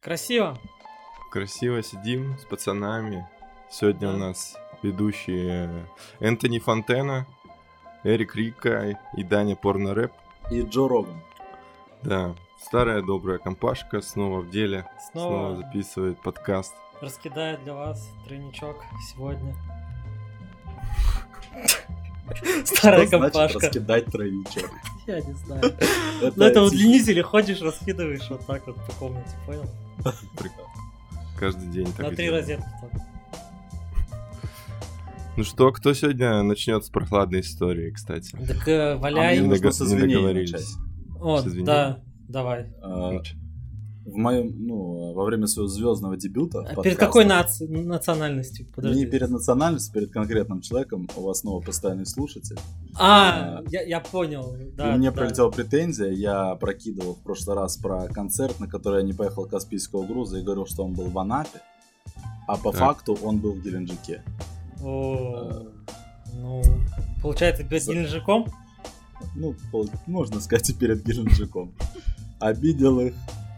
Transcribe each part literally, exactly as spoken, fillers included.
Красиво. Красиво сидим с пацанами. Сегодня Да. у нас ведущие Энтони Фонтена, Эрик Рика и Даня Порнорэп. И Джо Роган. Да, старая добрая компашка снова в деле. Снова. Снова записывает подкаст. Раскидаю для вас тройничок сегодня. Старая Что значит компашка. раскидать тройничок? Я не знаю. Ну это вот длиннители ходишь, раскидываешь вот так вот по комнате, понял? Каждый день так На и три делаем. розетки так. Ну что, кто сегодня начнет с прохладной истории, кстати? Так э, А валяй. мне не нужно дого- с не извинений договорились. начать. Вот, с извинением. да, давай. А, Ну, ч- В моем, ну, во время своего звездного дебюта А подкаста, перед какой наци- национальностью? Подожди. не перед национальностью, перед конкретным человеком, у вас снова постоянный слушатель. А, я, я понял. Да, и мне да. прилетела претензия, я прокидывал в прошлый раз про концерт, на который я не поехал Каспийского груза, и говорил, что он был в Анапе, а по Так. факту он был в Геленджике. О, ну, получается, перед За- Геленджиком? Ну, пол- можно сказать, и перед Геленджиком. Обидел их.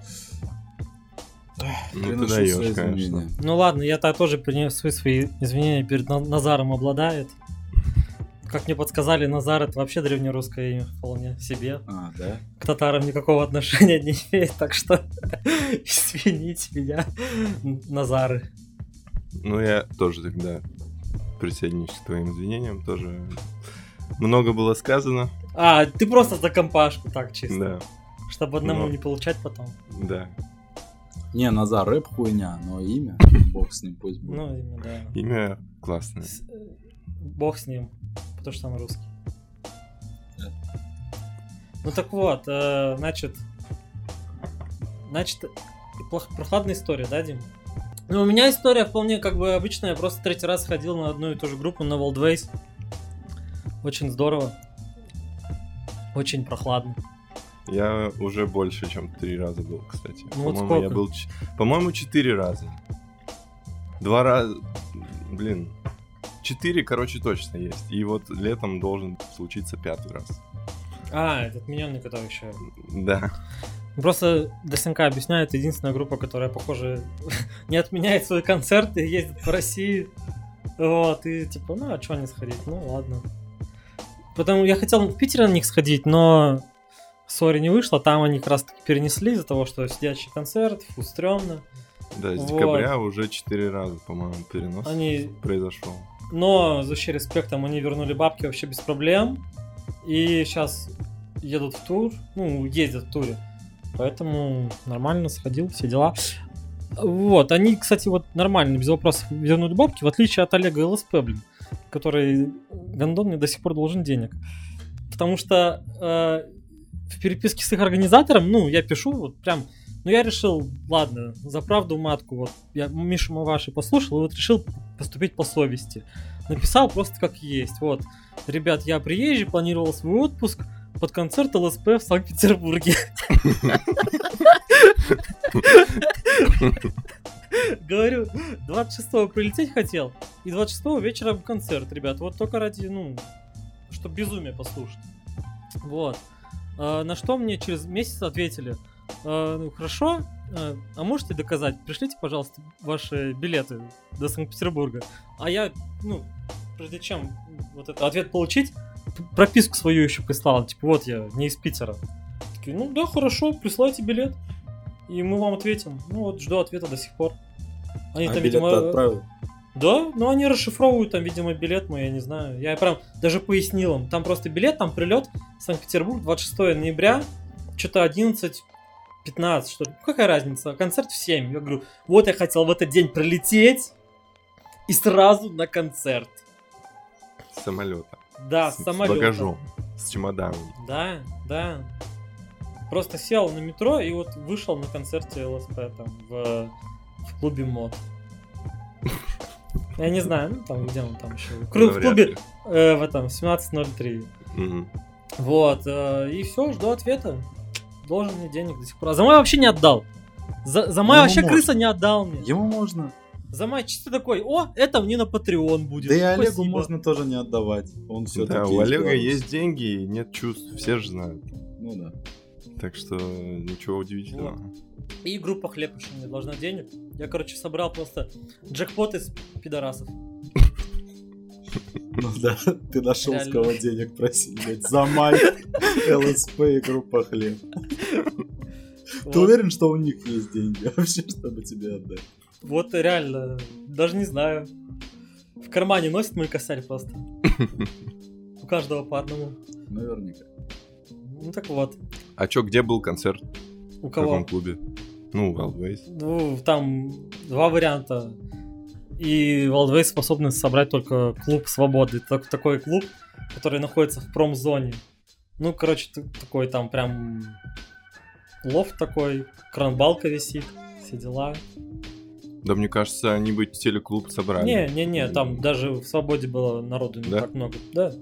Ну ты Приношу даешь, свои конечно. извинения. Ну ладно, я то тоже принесу свои извинения перед На- Назаром обладает. Как мне подсказали, Назар это вообще древнерусское имя вполне себе. А, да? К татарам никакого отношения не имеет, так что извините меня, Назары. Ну я тоже тогда присоединюсь к твоим извинениям. Тоже много было сказано. А, ты просто за компашку так чисто, Да, чтобы одному Ну. не получать потом. да. Не, Назар рэп хуйня, но имя, бог с ним, пусть будет. Ну, именно, да. Имя классное. С- э, Бог с ним, потому что он русский. Да. Ну так вот, э, значит, значит, плох- прохладная история, да, Дим? Ну, у меня история вполне как бы обычная, я просто третий раз ходил на одну и ту же группу, на Wildways. Очень здорово. Очень прохладно. Я уже больше, чем три раза был, кстати. Ну вот По-моему, я сколько? был, ч- по-моему, четыре раза. Два раза, блин, четыре, короче, точно есть. И вот летом должен случиться пятый раз. А, этот миньонный, который еще. Да. Просто ДСНК объясняет, единственная группа, которая, похоже, не отменяет свои концерты, ездит по России. Вот, и типа, ну а чё не сходить? Ну ладно. Потом я хотел в Питер на них сходить, но сори, не вышло. Там они как раз таки перенесли из-за того, что сидячий концерт, фу, стрёмно. Да, с Вот. декабря уже четыре раза, по-моему, перенос Они, произошел. но за щирым респектом они вернули бабки вообще без проблем. И сейчас едут в тур, ну, ездят в туре. Поэтому нормально сходил, все дела. Вот, они, кстати, вот нормально, без вопросов вернули бабки, в отличие от Олега ЛСП, блин, который гандон мне до сих пор должен денег. Потому что э, в переписке с их организатором, ну, я пишу, вот прям, ну, я решил, ладно, за правду матку, вот, я Мишу Маваши послушал, и вот решил поступить по совести. Написал просто как есть, вот. Ребят, я приезжий, планировал свой отпуск под концерт ЛСП в Санкт-Петербурге. Говорю, двадцать шестого прилететь хотел, и двадцать шестого вечером концерт, ребят. Вот только ради, ну, чтобы безумие послушать. Вот. А, на что мне через месяц ответили, а, ну, хорошо, а, а можете доказать? Пришлите, пожалуйста, ваши билеты до Санкт-Петербурга. А я, ну, прежде чем вот этот ответ получить, п- прописку свою еще прислал. Типа, вот я, не из Питера. Такие, ну да, хорошо, присылайте билет. И мы вам ответим. Ну вот, жду ответа до сих пор. Они А там, билет ты видимо... отправил? Да, но они расшифровывают там, видимо, билет мой, я не знаю. Я прям даже пояснил им. Там просто билет, там прилет Санкт-Петербург, двадцать шестого ноября, что-то одиннадцать пятнадцать, что ли. Какая разница? Концерт в семь. Я говорю, вот я хотел в этот день прилететь и сразу на концерт. С самолета. Да, с, с с самолета. багажом, с чемоданом. Да, да. Просто сел на метро и вот вышел на концерте ЛСП там в, в клубе МОД. Я не знаю, ну там где он там еще. Кру- В Навряд клубе ли. э, в этом семнадцать ноль три. Мгм. Вот, э, и все, жду ответа. Должен мне денег до сих пор. А за май вообще не отдал. За, за май Ну, вообще может. крыса не отдал мне. Ему можно. За май чисто такой, о, это мне на Patreon будет. Да и Олегу Спасибо. можно тоже не отдавать. Он все-таки Да, у Олега есть деньги и нет чувств, все же знают. Ну да. Так что ничего удивительного. И группа «Хлеб» еще не должна денег. Я, короче, собрал просто джекпот из пидорасов. Ну да, ты нашел, с Реально. кого денег просить, блядь. За май, ЛСП и группа «Хлеб». Ты Вот. уверен, что у них есть деньги вообще, чтобы тебе отдать? Вот реально, даже не знаю. В кармане носит мой косарь просто. У каждого по одному. Наверняка. Ну так вот. А чё, где был концерт? У В каком кого? клубе? Ну, Wildways. Ну, там два варианта. И Wildways способны собрать только клуб Свободы. Это так- такой клуб, который находится в промзоне. Ну, короче, т- такой там прям лофт такой, кранбалка висит, все дела. Да мне кажется, они бы телеклуб собрали. Не-не-не, там даже в Свободе было народу не Да? так много. Да.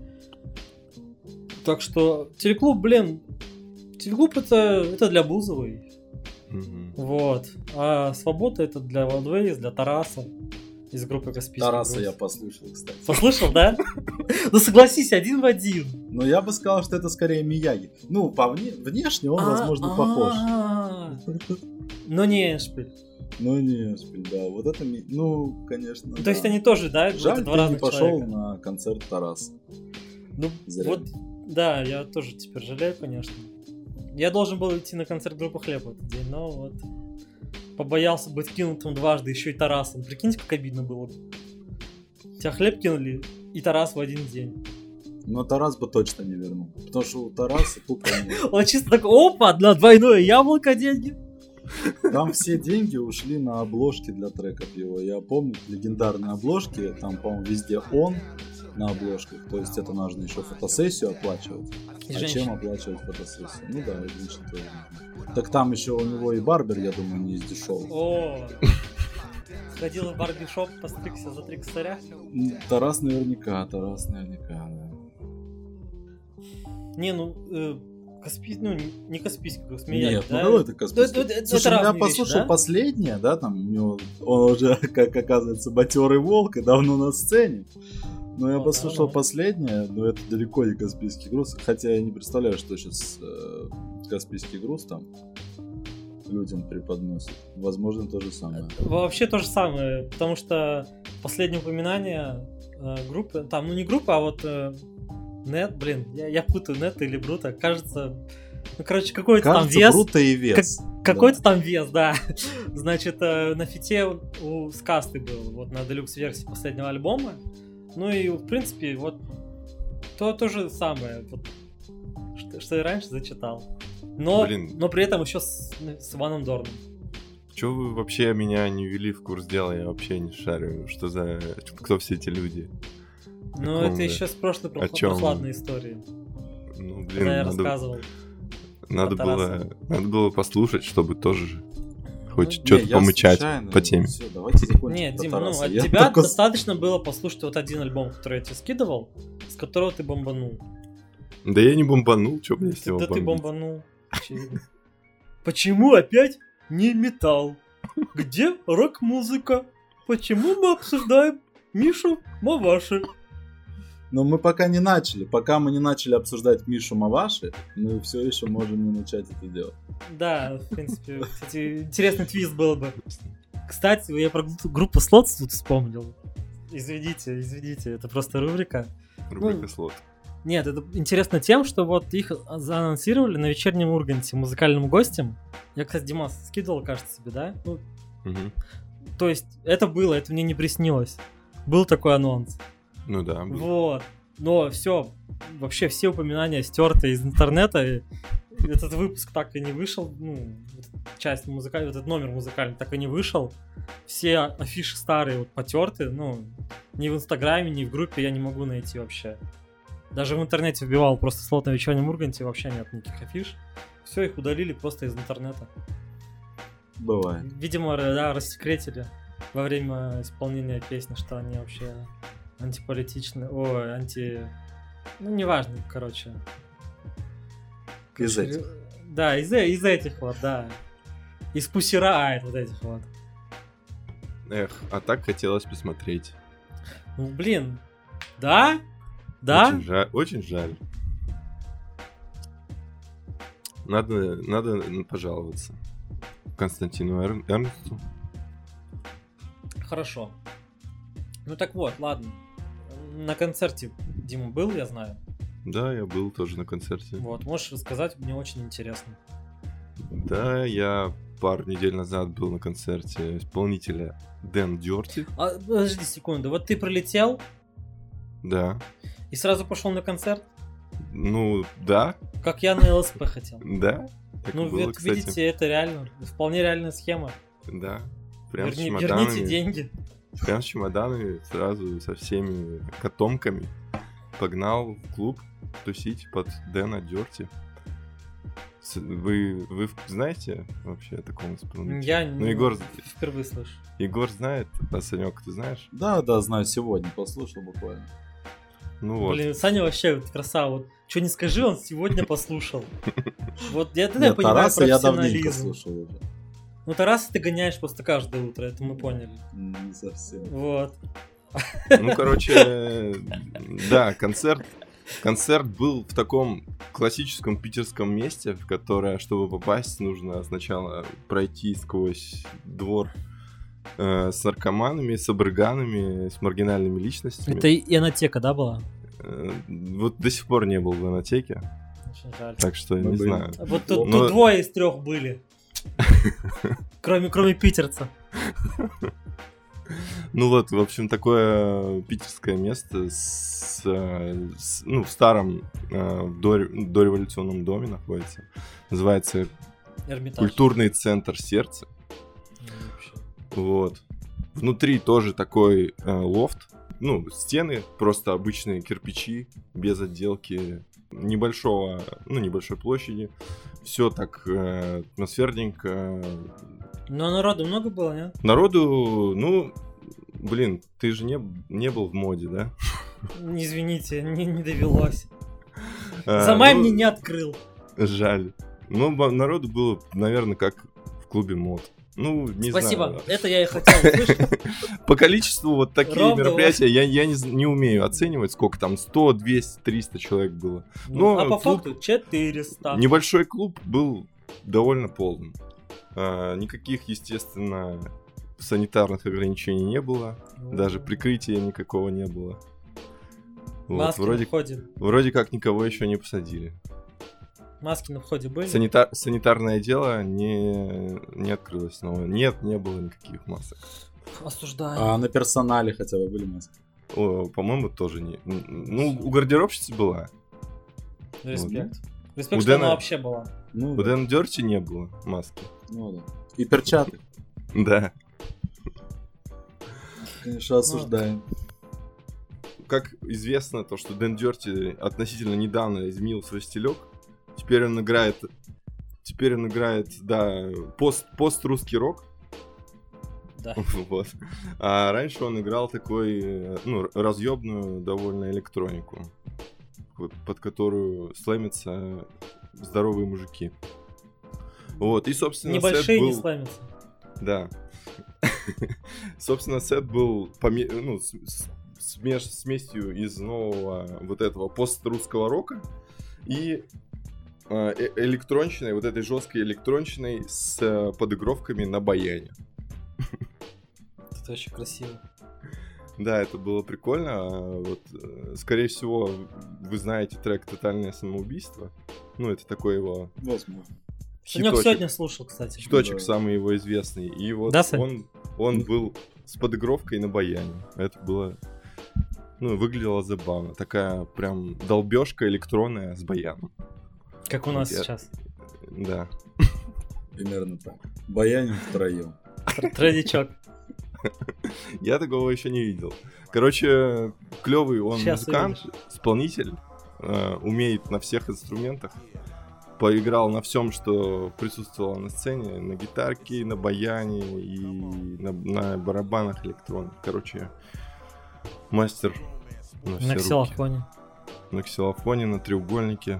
Так что телеклуб, блин, телеклуб это, это для Бузовой. Мгм. Вот. А Свобода это для Wildways, для Тараса из группы Каспийский Тараса груз. я послушал, кстати. Послышал, да? Ну согласись, один в один. Но я бы сказал, что это скорее Мияги. Ну, по вне... внешне он, возможно, похож. А-а-а. Но не Эшпиль. Ну, не, Шпиль, да. Вот это... ми- Ну, конечно, То да. есть они тоже, да? Жаль, это два ты не разных пошел человека. на концерт Тараса. Ну, Зря. вот, да, я тоже теперь жалею, конечно. Я должен был идти на концерт группы «Хлеб» в этот день, но вот побоялся быть кинутым дважды, еще и Тарасом. Прикиньте, как обидно было бы. Тебя «Хлеб» кинули и Тарас в один день. Но Тарас бы точно не вернул. Потому что у Тараса тупо нет. Он чисто такой, опа, на двойное яблоко деньги. Там все деньги ушли на обложки для треков его. Я помню легендарные обложки. Там, по-моему, везде он на обложках. То есть это нужно еще фотосессию оплачивать. И А женщин. чем оплачивать фотосессию? Ну да, и женщин тоже нужно. Так там еще у него и барбер, я думаю, не из дешевых. О, сходил в барбишоп, постригся за три косаря. М, Тарас наверняка, Тарас наверняка, да. Не, ну, э, Каспий, ну, не Каспийский груз, Мияги, Нет, да? ну какой это Каспийский? Ну, это- это Слушай, ну, я разные вещи, послушал да? последнее, да, там у него, он уже, как оказывается, матерый волк и давно на сцене. Но я О, послушал да, да. последнее, но это далеко не Каспийский груз, хотя я не представляю, что сейчас э, Каспийский груз там людям преподносит. Возможно, то же самое. Вообще то же самое, потому что последнее упоминание э, группы, там, ну не группа, а вот э, Нет, блин, я, я путаю Нет или Брута, кажется, ну короче, какой-то там Кажется, вес, Бруто и вес. какой-то там вес, да. Значит, э, на фите у Скасты был, вот на делюкс-версии последнего альбома, ну и в принципе вот то, то же самое, вот, что, что и раньше зачитал. Но, Блин. но при этом еще с, с Иваном Дорном. Чё вы вообще меня не ввели в курс дела? Я вообще не шарю. Что за... Кто все эти люди? Ну, Каком это вы? еще с прошлой О чём вы? прохладной истории, Ну, блин, когда я надо, рассказывал. надо, про было, Тараса. надо было послушать, чтобы тоже хоть Ну, что-то Не, я помычать случайно, по теме. Всё, давайте закончим Нет, про Дима, ну Тараса. от Я тебя только с- достаточно было послушать вот один альбом, который я тебе скидывал, с которого ты бомбанул. Да я не бомбанул, что мне с Ты- него да ты бомбить? бомбанул. Очевидно. Почему опять не металл? Где рок-музыка? Почему мы обсуждаем Мишу Маваши? Но мы пока не начали. Пока мы не начали обсуждать Мишу Маваши, мы все еще можем не начать это делать. Да, в принципе, кстати, интересный твист был бы. Кстати, я про гру- группу Слотс тут вспомнил. Извините, извините, это просто рубрика. Рубрика Ну, слот. Нет, это интересно тем, что вот их заанонсировали на вечернем Урганте музыкальным гостем. Я, кстати, Димас скидывал, кажется, себе, да? Ну, Мгм. то есть это было, это мне не приснилось. Был такой анонс. Ну да. был. Вот. Но все, вообще все упоминания стерты из интернета. И этот выпуск так и не вышел. Ну, вот часть музыкальная, этот номер музыкальный так и не вышел. Все афиши старые вот потерты. Ну, ни в Инстаграме, ни в группе я не могу найти вообще. Даже в интернете вбивал просто слот на вечернем Урганте, вообще нет никаких афиш. Все, их удалили просто из интернета. Бывает. Видимо, да, рассекретили во время исполнения песни, что они вообще антиполитичны. Ой, анти... Ну, неважно, короче. Из Короче, этих. Да, из, из этих вот, да. Из Пусирайт вот этих вот. Эх, а так хотелось посмотреть. Ну, блин. Да? Да? Очень жаль. Очень жаль. Надо, надо пожаловаться. Константину Эр- Эрнсту. Хорошо. Ну так вот, ладно. На концерте Дима был, я знаю. Да, я был тоже на концерте. Вот, можешь рассказать, мне очень интересно. Да, я пару недель назад был на концерте исполнителя Дэн Дёрти. А, подожди секунду, вот ты пролетел Да. и сразу пошел на концерт? Ну, да, Как я на ЛСП хотел. да. Так и Ну, было, вот кстати. видите, это реально, вполне реальная схема. Да. Прям с Верни- чемоданами. верните деньги. Прям с чемоданами сразу со всеми котомками погнал в клуб тусить под Дэна Дёрти. С- Вы, вы знаете вообще о таком исполнителе? Я Ну, не- Егор, впервые слышу. Егор знает, а Санёк, ты знаешь? Да, да, знаю, сегодня послушал буквально. Ну вот. Блин, Саня вообще вот красава. Вот, что не скажи, он сегодня послушал. Вот я тогда Нет, понимаю Тараса я давненько профессионализм. слушал уже. Ну, Тараса ты гоняешь просто каждое утро, это мы поняли. М, Не совсем. Вот. Ну, короче, да, концерт, концерт был в таком классическом питерском месте, в которое, чтобы попасть, нужно сначала пройти сквозь двор э, с наркоманами, с абрыганами, с маргинальными личностями. Это и анатека, да, была? Э, вот до сих пор не был в Анатеке, Очень жаль. так что Мы не были. знаю. Вот тут, Но- тут двое из трех были. Кроме, кроме питерца. Ну вот, в общем, такое питерское место с, э, с- ну, в старом э, дор- дореволюционном доме находится. Называется Эрмитаж. Культурный центр сердца. Ну, вообще. Вот. Внутри тоже такой э, лофт. Ну, стены просто обычные кирпичи, без отделки, небольшого, ну, небольшой площади. Все так э, атмосферненько. Но народу много было, нет? Народу, ну, блин, ты же не, не был в моде, да? Извините, не, не довелось. А, За май ну, мне не открыл. Жаль. Ну, ба- народу было, наверное, как в клубе мод. Ну, не Спасибо, знаю. это я и хотел услышать. По количеству вот такие Ровно мероприятия я, я не, з- не умею оценивать, сколько там, сто, двести, триста человек было. Ну, Ну, а по клуб- факту четыреста. Небольшой клуб был довольно полным. А, никаких, естественно, санитарных ограничений не было. Даже прикрытия никакого не было. Вот, Маски на вроде, входе. вроде как никого еще не посадили. Маски на входе были? Санита- санитарное дело не, не открылось снова. Нет, не было никаких масок. Осуждаю. А на персонале хотя бы были маски? О, по-моему, тоже не. Ну, у гардеробщицы была. Респект. Респект, У что она Дэна- вообще была. Ну, У да. Дэн Дёрти не было маски. Ну да. И перчатки. Да. Конечно, осуждаем. Как известно, то, что Дэн Дёрти относительно недавно изменил свой стилек. Теперь он играет... Теперь он играет, да, пост, пост-русский рок. Да. Вот. А раньше он играл такой, э, ну, разъебную довольно электронику, вот, под которую слэмятся здоровые мужики. Вот, и, собственно, Небольшие сет был... не славятся. Да. Собственно, сет был поме- ну, с- с- смеш- смесью из нового вот этого пост-русского рока и э, э- электронщиной, вот этой жесткой электронщиной с э, подыгровками на баяне. Это очень красиво. Да, это было прикольно. А Вот, э, скорее всего, вы знаете трек «Тотальное самоубийство». Ну, это такой его Возможно. Санек хиточек. сегодня слушал, кстати. Хиточек Да. самый его известный. И вот Да, Сань? он, он был с подыгровкой на баяне. Это было... Ну, выглядело забавно. Такая прям долбежка электронная с баяном. Как у нас Я- сейчас. Да. Примерно так. Баяним втроем. Традичок. Я такого еще не видел. Короче, клевый он Щас музыкант, исполнитель, э, умеет на всех инструментах. Поиграл на всем, что присутствовало на сцене, на гитарке, на баяне и на, на барабанах электронных. Короче, мастер на все На руки. ксилофоне. На ксилофоне, на треугольнике.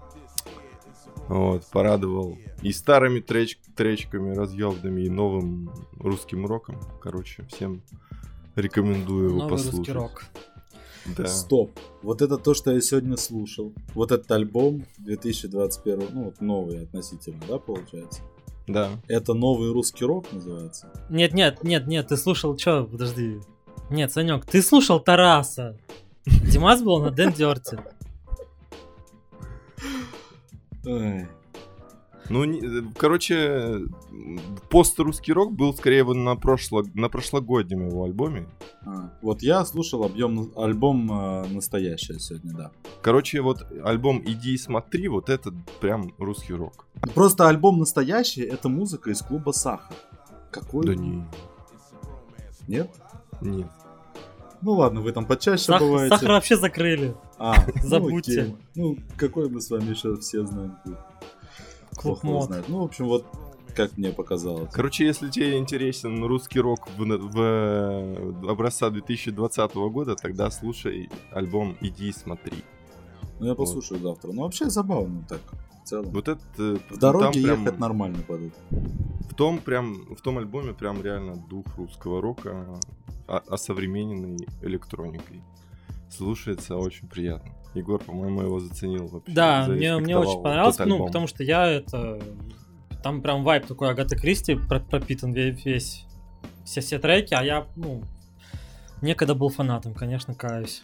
Вот, порадовал и старыми треч- тречками разъебными, и новым русским роком. Короче, всем рекомендую его Новый русский послушать. рок. Да. Стоп. Вот это то, что я сегодня слушал. Вот этот альбом две тысячи двадцать первого, ну вот новый относительно, да, получается? Да. Это новый русский рок называется? Нет, нет, нет, нет, ты слушал, чё, подожди. Нет, Санек, ты слушал Тараса. Димас был на Дэн Дёрти. Ой. Ну, не- короче, пост-русский рок был скорее вот на, прошло, на прошлогоднем его альбоме. А, вот я слушал объем, альбом э, «Настоящее» сегодня, да. Короче, вот альбом «Иди и смотри», вот это прям русский рок. Просто альбом «Настоящий» — это музыка из клуба «Сахар». Какой? Да не, Нет? нет. Ну ладно, вы там почаще Сах- бываете. Сахар вообще закрыли. А, ну Забудьте. окей. Ну, какой мы с вами еще все знаем клуб. Клуб Плохо его мод. знает. Ну, в общем, вот как мне показалось. Короче, если тебе интересен русский рок в, в образца две тысячи двадцатого года, тогда слушай альбом «Иди и смотри». Ну, я послушаю завтра. Ну, вообще забавно так, в целом. Вот это... э, В дороге там прям- ехать нормально падает. В том прям, в том альбоме прям реально дух русского рока, а- осовремененный электроникой. Слушается очень приятно. Егор, по-моему, его заценил вообще. Да, мне, мне зареспектовал очень понравилось, тот ну, альбом. потому что я это... Там прям вайб такой Агаты Кристи про- пропитан ве- весь, все, все треки, а я, ну, некогда был фанатом, конечно, каюсь.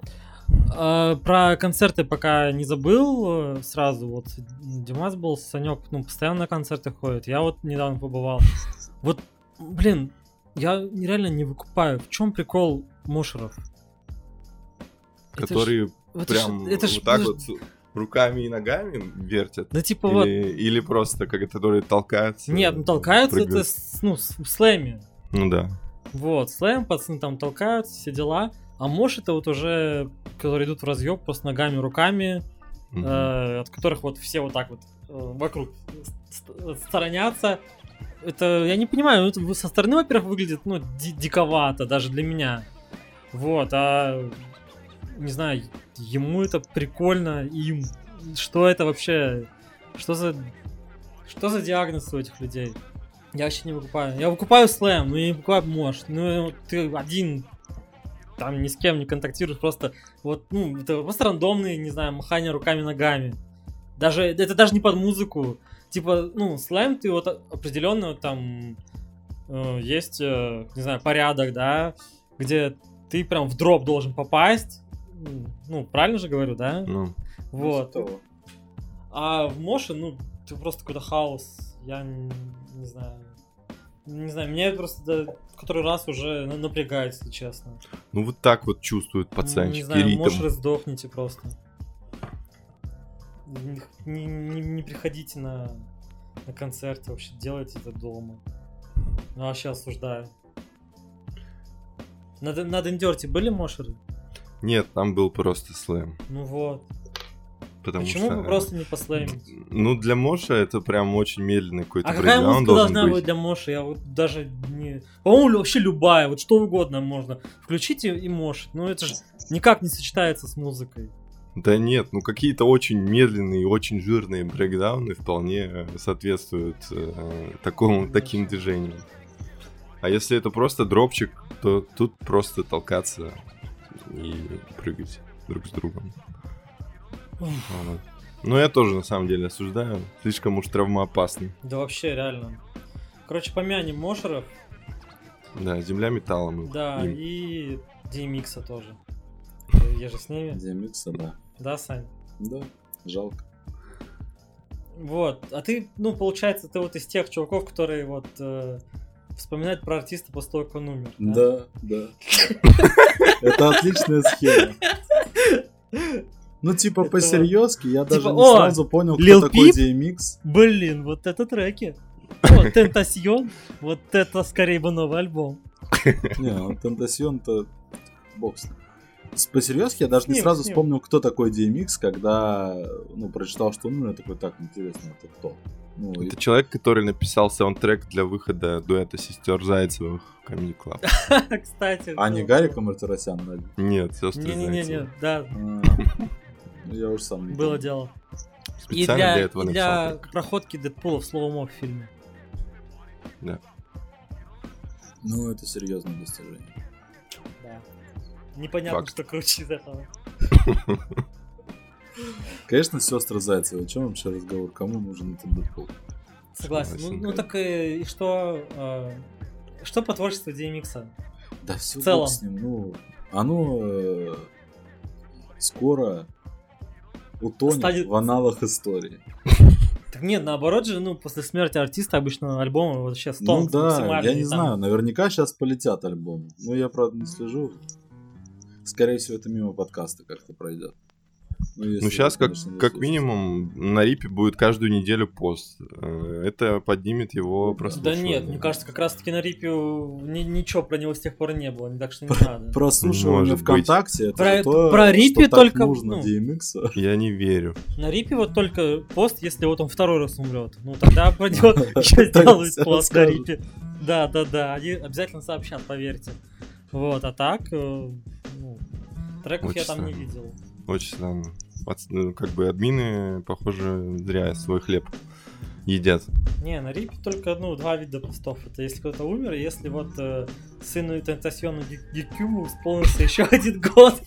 А, про концерты пока не забыл э, сразу, вот Димас был, Санек, ну, постоянно на концерты ходит, я вот недавно побывал. Вот, блин, я реально не выкупаю, в чем прикол мошеров? Это ж- Которые это ж- прям это ж- вот так это вот ж- руками и ногами вертят. Да типа или, вот... или просто как это, которые толкаются. Нет, ну толкаются это прыгают. с- ну, с- в слэме. Ну да. Вот, слэм, пацаны там толкаются, все дела. А мош это вот уже, которые идут в разъеб просто ногами, руками, Мгм. э, от которых вот все вот так вот э, вокруг ст- сторонятся. Это, я не понимаю, ну, это со стороны, во-первых, выглядит, ну, ди- диковато, даже для меня. Вот, а, не знаю, ему это прикольно, им. Что это вообще, что за, что за диагноз у этих людей? Я вообще не выкупаю. Я выкупаю слэм, но я не выкупаю мош. Ну, ты один, там ни с кем не контактируешь, просто вот, ну, это просто рандомные, не знаю, махание руками-ногами. Даже, это даже не под музыку. Типа, ну, слэм, ты вот определенно там э, есть, э, не знаю, порядок, да, где ты прям в дроп должен попасть. Ну, правильно же говорю, да? Ну, Вот. Что? А в моше, ну, ты просто какой-то хаос. Я не, не знаю. Не знаю, меня это просто да, в который раз уже на- напрягает, если честно. ну вот так вот чувствуют Не пацанчики знаю, ритм. мошеры, сдохните просто. Не, не- не приходите на, на концерты, вообще делайте это дома. Ну, вообще осуждаю. На, Д- на Дендерте были мошеры? Нет, там был просто слэм. Ну вот. Потому Почему что... бы просто не послэмить? Ну, для Моша это прям очень медленный какой-то А какая брейкдаун музыка должен должна быть быть. для Моши? Я вот даже не... По-моему, вообще любая, вот что угодно можно. Включите и Моши. Ну это же никак не сочетается с музыкой. Да нет, ну какие-то очень медленные, очень жирные брейкдауны вполне э, соответствуют э, такому, таким движениям. А если это просто дропчик, то тут просто толкаться и прыгать друг с другом. Уф. Вот. Но я тоже на самом деле осуждаю. Слишком уж травмоопасный. Да вообще, реально. Короче, помянем Мошеров. Да, земля металлом. им. Да, Им. и ди эм икс тоже. Я же с ними. Демикса, да. Да, Сань? Да, жалко. Вот. А ты, ну, получается, ты вот из тех чуваков, которые вот э, вспоминают про артиста после того, как он умер. Да, да. Это отличная схема. Ну, типа, Это по-серьезки, я даже типа, не о, сразу понял, кто Lil такой Peep? ди эм икс. Блин, вот это треки. Вот Тентасьон, вот это скорее бы новый альбом. Не, ну, Тентасьон-то бог с ним. С- По-серьезки, я даже С не ним, сразу с ним. вспомнил, кто такой ди эм икс, когда, ну, прочитал, что он, ну, я такой, так, интересно, это кто? Ну, и- Это человек, который написал саундтрек для выхода дуэта сестер Зайцевых в Comedy Club. Кстати. А не ну, Гарика Мартиросян, ради? Нет, сестры Не-не-не, Зайцевы. да, А, ну, я уж сам не было помню. дело. И Специально для, для этого и написал для трек. проходки Дэдпула в слоумо в фильме. Да. Ну, это серьезное достижение. Да. Непонятно, Факт. что круче из этого. Конечно, сестры Зайцевы. О чем вообще разговор? Кому нужен этот Дэдпул? Согласен. Ну, ну так и, и что, э, что по творчеству ди эм икс? Да все В целом. с ним. Ну, оно э, скоро утонет Станет- в аналах истории. Так нет, наоборот же, ну, после смерти артиста обычно альбомы вообще стон Ну да, максимальный. я не там. знаю, наверняка сейчас полетят альбомы. Ну, я, правда, не слежу. Скорее всего, это мимо подкаста как-то пройдет. Ну, если Ну, сейчас, вы, как, конечно, не как слушаете. минимум, на Рипе будет каждую неделю пост. Э, Это поднимет его Да прослушивание. Да нет, мне кажется, как раз таки на Рипе ни- ничего про него с тех пор не было, так что не надо. Прослушивание Может ВКонтакте, это Про- же то, про Рипе что так только, нужно ну, ди эм икс. Я не верю. На Рипе вот только пост, если вот он второй раз умрет. Ну тогда про него еще Тогда сделают все пост на расскажут. Рипе. Да, да, да, они обязательно сообщат, поверьте. Вот, а так, э, ну, треков Очень я там не странно. видел. Очень странно. Пац- ну, Как бы админы, похоже, зря свой хлеб едят. Не, на Рипе только, ну, два вида постов. Это если кто-то умер, и если вот э, сыну Тентасьону Гикюму исполнился еще один год.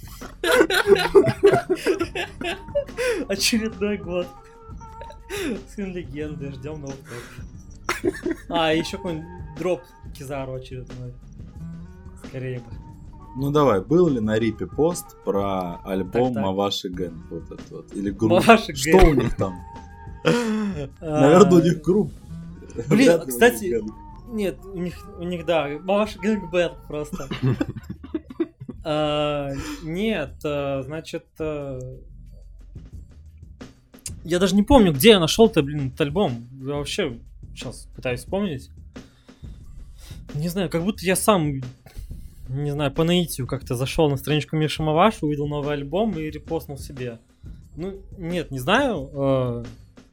Очередной год. Сын легенды, ждем новый трек. А, и еще какой-нибудь дроп Кизару очередной. Скорее бы. Ну давай, был ли на Рипе пост про альбом Так-так. Маваши Гэнг? Вот этот вот. Или группа. Маваши Что Гэнг. у них там? Наверное, у них групп. Блин, Вряд ли у них кстати, гэнг. Нет, у них, у них, да, Маваши Гэнгбэнг просто. А, Нет, а, значит, а, я даже не помню, где я нашел-то, блин, этот альбом. Я вообще сейчас пытаюсь вспомнить. Не знаю, как будто я сам, не знаю, по наитию как-то зашел на страничку Миши Маваши, увидел новый альбом и репостнул себе. Ну, нет, не знаю. э,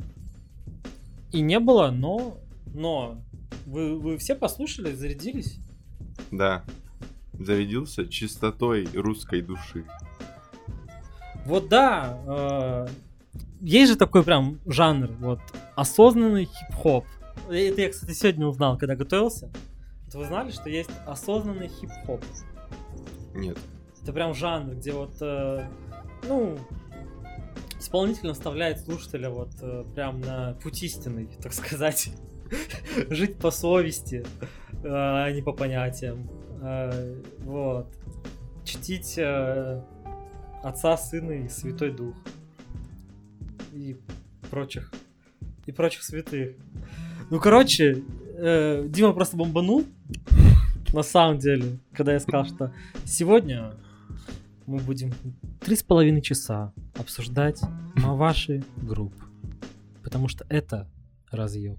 И не было, но... Но... Вы, вы все послушали, зарядились? Да. Зарядился чистотой русской души. Вот да, э, есть же такой прям жанр, вот, осознанный хип-хоп. Это я, кстати, сегодня узнал, когда готовился. Вот вы знали, что есть осознанный хип-хоп? Нет. Это прям жанр, где вот, э, ну, исполнитель наставляет слушателя вот э, прям на путь истинный, так сказать. Жить по совести, э, а не по понятиям. Э, вот. Чтить э, Отца, Сына и Святой Дух. И прочих. И прочих святых. Ну, короче, э, Дима просто бомбанул. На самом деле, когда я сказал, что сегодня мы будем три с половиной часа обсуждать Маваши групп. Потому что это разъеб.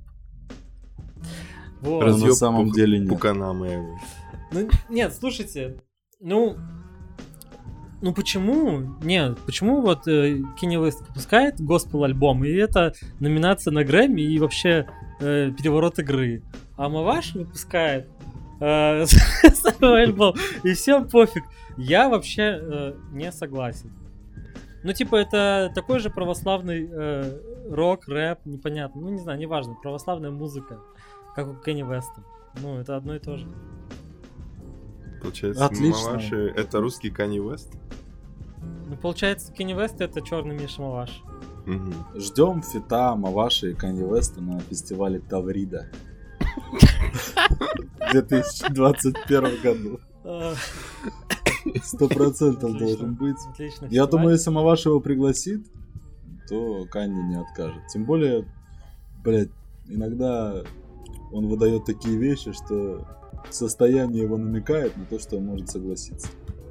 Вот. Раз- Разъёб на самом пук- деле нет. пукана моего. Ну, нет, слушайте, ну, ну почему, нет, почему вот э, Kanye West выпускает госпел альбом, и это номинация на Грэмми и вообще э, переворот игры, а Маваш выпускает э, свой альбом, и всем пофиг. Я вообще э, не согласен. Ну, типа, это такой же православный э, рок, рэп, непонятно, ну, не знаю, неважно, православная музыка, как у Kanye West. Ну, это одно и то же. Получается, Отлично. Маваши — это русский Канье Уэст? Ну, получается, Kanye West это черный Миша Маваш. Мгм. Ждем фита Маваши и Канье Уэста на фестивале Таврида. В две тысячи двадцать первом году. А, Сто процентов Отлично. должен быть. Отлично. Я думаю, если Маваш его пригласит, то Канье не откажет. Тем более, блядь, иногда он выдает такие вещи, что состояние его намекает на то, что он может согласиться.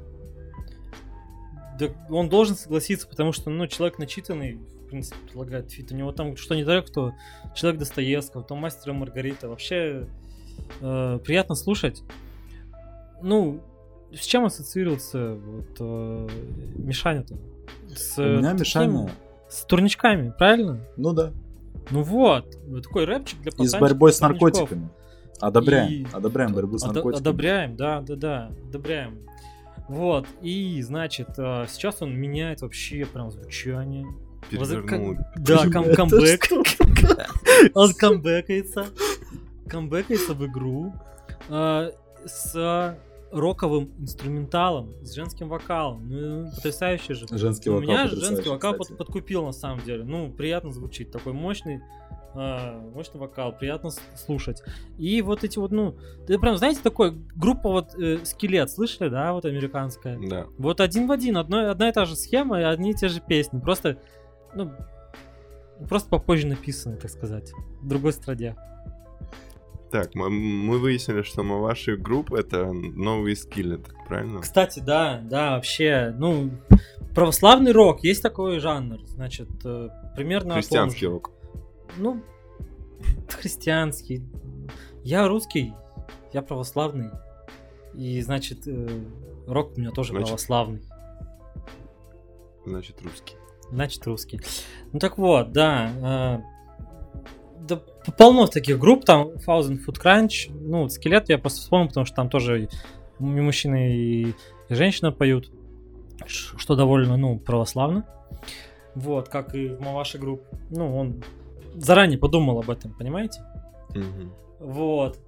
Да он должен согласиться, потому что, ну, человек начитанный, в принципе, предлагает фит. У него там что не так, кто человек Достоевского, то Мастер и Маргарита. Вообще э, приятно слушать. Ну, с чем ассоциируется вот э, Мишаня-то? С, У меня таким- Мишаня, С турничками, правильно? ну да, Ну вот, вот такой рэпчик для и с пацанчиков, борьбой с турничков. наркотиками. Одобряем, И- одобряем борьбу с Одо- наркотиками. Одобряем, да, да, да, одобряем. Вот, и, значит, а, сейчас он меняет вообще прям звучание. Возра- Перевернул. ка- Да, кам- Это камбэк. что? Он камбэкается. Камбэкается в игру а, с роковым инструменталом, с женским вокалом. Ну, потрясающе же. Женский У вокал меня потрясающий, женский вокал кстати. под- подкупил на самом деле. Ну, приятно звучит. Такой мощный А, мощный вокал, приятно с- слушать. И вот эти вот, ну, ты прям, знаете, такой, группа вот э, Скелет, слышали, да, вот американская? Да. Вот один в один, одно, одна и та же схема и одни и те же песни. Просто, ну, просто попозже написаны, так сказать, в другой стране. Так, мы, мы выяснили, что Маваши Групп — это новые скиллы, правильно? Кстати, да, да, вообще, ну, православный рок, есть такой жанр, значит, э, примерно... о том Христианский же. рок. Ну, христианский. Я русский, я православный. И, значит, э, рок у меня тоже Значит- православный. Значит, русский. Значит, русский. Ну так вот, да. э, да полно таких групп, там Thousand Foot Crunch. Ну, вот Скелет я просто вспомнил, потому что там тоже и мужчины, и, и женщина поют. ш- Что довольно, ну, православно. Вот, как и в Маваши групп. Ну, он заранее подумал об этом, понимаете? Мгм. Вот.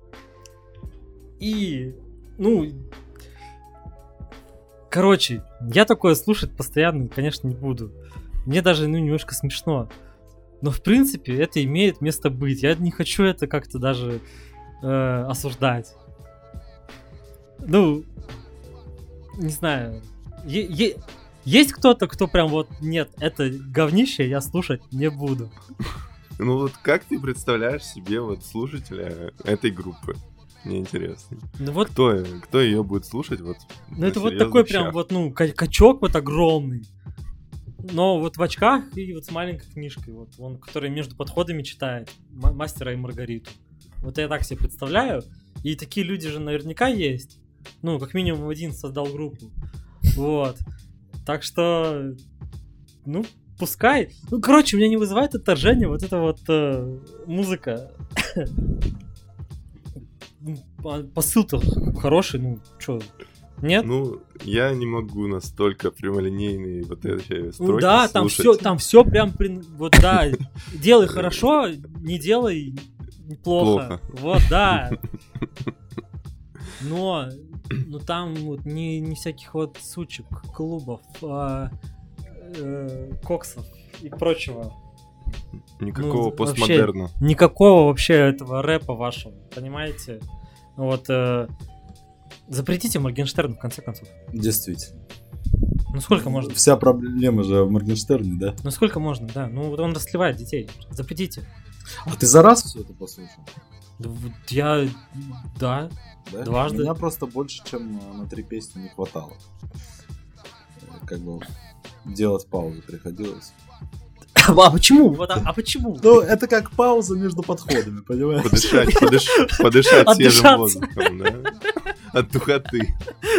И, ну, короче, я такое слушать постоянно, конечно, не буду. Мне даже, ну, немножко смешно. Но, в принципе, это имеет место быть. Я не хочу это как-то даже э, осуждать. Ну, не знаю. Е- е- есть кто-то, кто прям вот, нет, это говнище, я слушать не буду. Ну вот как ты представляешь себе вот слушателя этой группы? Мне интересно. Ну вот, Кто, кто ее будет слушать вот ну на это вот серьезных такой прям щах? вот, ну, ка- качок вот огромный. Но вот в очках и вот с маленькой книжкой, вот он, который между подходами читает М- Мастера и Маргариту. Вот я так себе представляю. И такие люди же наверняка есть. Ну, как минимум один создал группу. Вот. Так что, ну, пускай. Ну, короче, меня не вызывает отторжение вот эта вот э, музыка. Ну, а посыл-то хороший, ну, чё, нет? Ну, я не могу настолько прямолинейные вот эти Ну строки да, там слушать. все, там все прям, при- вот да, делай хорошо, не делай плохо. Плохо. Вот, да. Но, ну там вот не, не всяких вот сучек, клубов, а, э, коксов и прочего. Никакого Ну, постмодерна. Никакого вообще этого рэпа вашего, понимаете? Вот э, запретите Моргенштерна в конце концов. Действительно. Ну сколько можно? Вся проблема же в Моргенштерне, да? Ну сколько можно, да? Ну вот он расслевает детей. Запретите. А ты за раз все это послушал? Да вот я, да. Да? Дважды. Меня просто больше, чем на три песни не хватало. Э, Как бы делать паузу приходилось. А почему? Вот, а, а почему? Ну, это как пауза между подходами, понимаешь? Подышать, подыш- подышать свежим Отдышаться. воздухом, да? От духоты.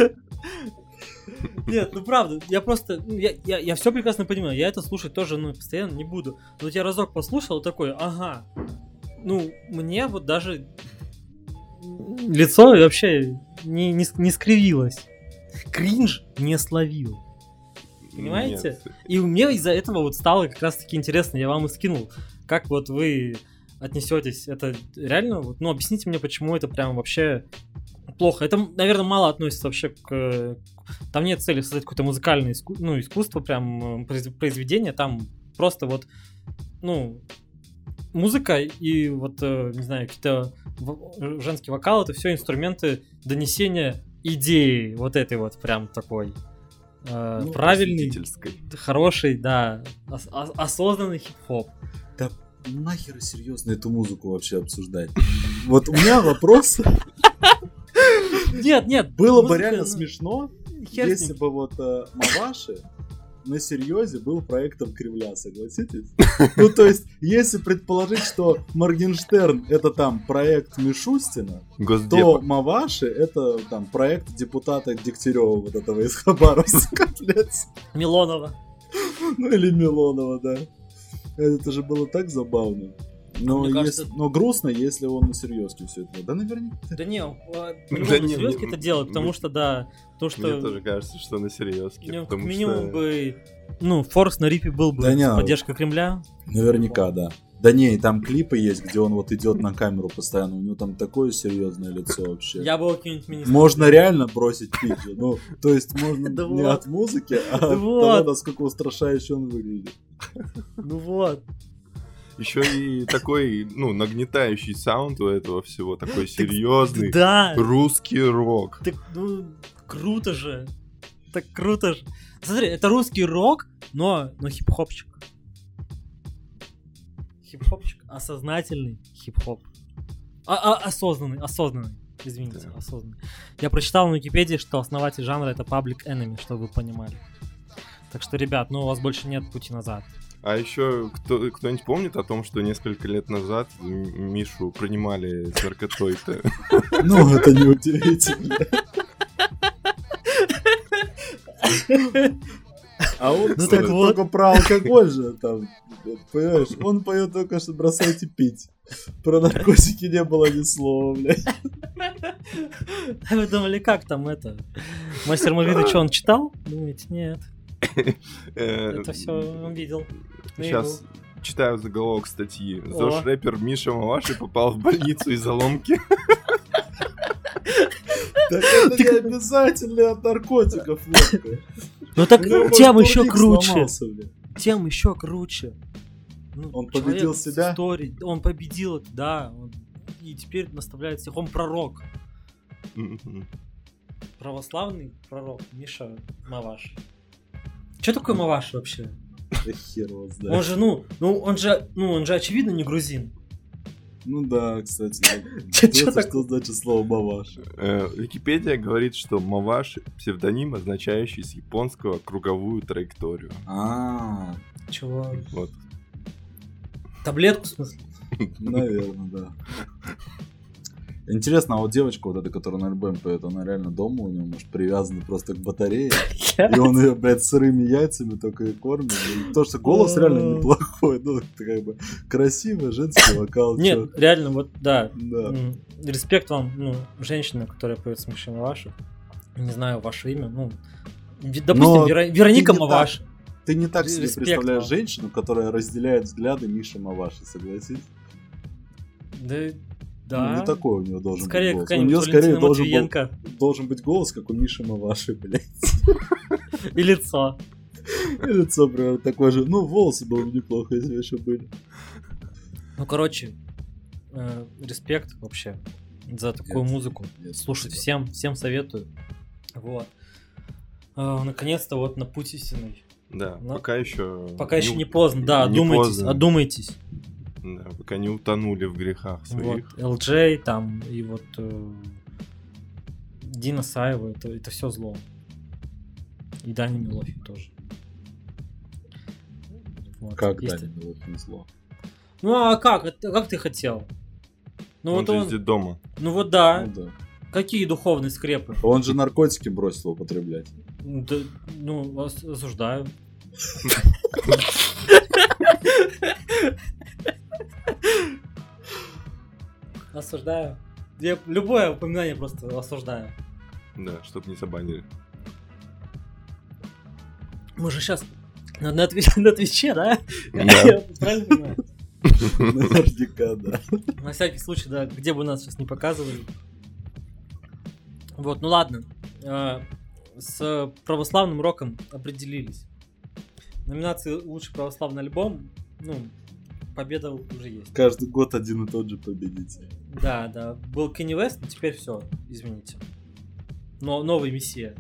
Нет, ну правда, я просто, ну, я, я, я все прекрасно понимаю, я это слушать тоже, ну, постоянно не буду. Но вот я разок послушал, такой, ага, ну, мне вот даже лицо вообще не, не, с- не скривилось. Кринж не словил. Понимаете? Нет. И мне из-за этого вот стало как раз-таки интересно, я вам и скинул, как вот вы отнесетесь. Это реально, вот, ну, объясните мне, почему это прям вообще плохо. Это, наверное, мало относится вообще к... Там нет цели создать какое-то музыкальное иску... ну, искусство, прям э, произ- произведение, там просто вот, ну, музыка и вот, э, не знаю, какие-то в- женский вокал, это все инструменты донесения идеи, вот этой вот прям такой э, Ну, правильный, Просветительской. хороший, да, ос- ос- осознанный хип-хоп. Да нахер серьезно эту музыку вообще обсуждать? Вот у меня вопрос. Нет, нет, Было бы музыка, реально ну, смешно, хер с если ним. бы вот э, Маваши на серьезе был проектом Кремля, согласитесь? Ну, то есть, если предположить, что Моргенштерн это там проект Мишустина, то Госдепа. Маваши это там проект депутата Дегтярева, вот этого из Хабаровска, блядь. Милонова. Ну или Милонова, да. Это же было так забавно. Но, Мне если- кажется- но грустно, если он на серьезке все это. Да, наверняка. Да не, он, а, Да по-любому не, серьезки мне- это делает, потому мне- что, да, то, что... Мне тоже кажется, что на серьезке. Ну, как Потому минимум что... бы, ну, Форс на рипе был бы Да не, с поддержкой Кремля. Наверняка, да. Да не, и там клипы есть, где он вот идет на камеру постоянно. У него там такое серьезное лицо вообще. Я бы его каким-нибудь министром. Можно реально бросить пить же. Ну, то есть можно Да не вот. от музыки, а Да от вот. того, насколько устрашающе он выглядит. Ну вот. Еще и такой, ну, нагнетающий саунд у этого всего, такой серьезный Да, русский рок. так, ну, круто же. Так круто же. Смотри, это русский рок, но, но хип-хопчик. Хип-хопчик, осознательный хип-хоп. А, а, осознанный, осознанный. Извините, Да. осознанный. Я прочитал на Википедии, что основатель жанра это Public Enemy, чтобы вы понимали. Так что, ребят, ну у вас больше нет пути назад. А еще кто, кто-нибудь помнит о том, что несколько лет назад М- Мишу принимали с наркотой-то? Ну, это не удивительно. А он, Ну кстати, так вот. только про алкоголь же там, понимаешь, он поет только, что бросайте пить. Про наркотики не было ни слова, блядь. Вы думали, как там это? Мастер Мавида, что он читал? Думаете, нет. Это все он видел. Сейчас читаю заголовок статьи. О. ЗОЖ-рэпер Миша Маваши попал в больницу из-за ломки. Так это не обязательно от наркотиков, лодка. Ну так У него, может, тем еще турник круче. сломался, блядь. Тем еще круче. Ну, Он человек победил с себя? историей, он победил это, да. он- И теперь наставляет всех. Он пророк. Мгм. Православный пророк Миша Маваш. Что такое Маваш вообще? Да хер его знает. Он же, ну, ну, он же, ну, он же очевидно не грузин. Ну да, кстати. Чё- Интересно, чё что такое? значит слово «маваш». Э, Википедия говорит, что Маваши — псевдоним, означающий с японского круговую траекторию. А, Чего? Вот. Таблетку, в смысле? наверное, да. Интересно, а вот девочка вот эта, которая на альбоме поет, она реально дома у него, может, привязана просто к батарее, и он ее, блядь, сырыми яйцами только и кормит. блядь. Потому что голос реально неплохой, ну, это как бы красивый женский вокал. чё. Нет, реально, вот, да. Да. М, Респект вам, ну, женщина, которая поет с Мишей Маваши. Не знаю ваше имя, ну, ви- допустим, Но Вера- Вероника ты не Маваши. Ты не так себе Респект представляешь вам. женщину, которая разделяет взгляды Миши Маваши, согласись? Да, Ну, да. не такой у него должен Скорее быть голос. У какая-нибудь нее скорее Валентина должен, был- Матвиенко. должен быть голос, как у Миши Маваши, блядь. И лицо. И лицо прям такое же. Ну, волосы было бы неплохо, если еще были. Ну, короче, э, респект вообще за такую Нет, музыку. нет, Слушать спасибо. всем, всем советую. Вот. Э, наконец-то вот на путь истинный. Да, Но пока еще... Пока еще не поздно, да, одумайтесь, поздно. одумайтесь. Да, пока не утонули в грехах Вот, своих. эл джей там и вот э, Дина Саева, это, это все зло. И Даня Милохин тоже. Вот, Как есть- Даня Милохин зло? Ну а как? Это- как ты хотел? Ну Он вот же он, из детдома. ну вот да. Ну да. Какие духовные скрепы? Он же наркотики бросил употреблять. Да, ну, ос- осуждаю. Осуждаю. Я любое упоминание просто осуждаю. Да, чтоб не забанили. Мы же сейчас на, на, Твич- на Твиче, да? Да. Я правильно понимаю? Наверняка, да. На всякий случай, да, где бы нас сейчас не показывали. Вот, ну ладно. Э, С православным роком определились. Номинации «Лучший православный альбом», ну, победа уже есть. Каждый год один и тот же победитель. Да, да. Был Kanye West, но теперь все, извините. Но новый мессия.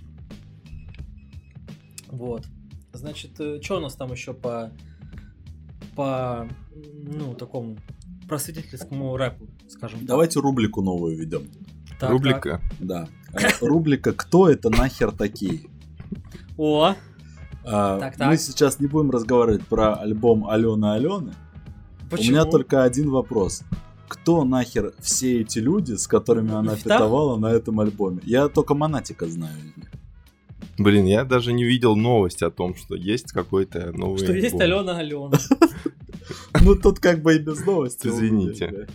Вот. Значит, что у нас там еще по по ну такому просветительскому рэпу, скажем так. Давайте рубрику новую ведем. Так, Рубрика. Да. Э, Рубрика «Кто это нахер такие?». так. О, А, Так, Мы так. сейчас не будем разговаривать про альбом Алены Алены. почему? У меня только один вопрос. Кто нахер все эти люди, с которыми она Фита? фитовала на этом альбоме? Я только Монатика знаю. из них. Блин, я даже не видел новость о том, что есть какой-то новый Что есть альбом. Алена Алена. Ну тут как бы и без новости. Извините.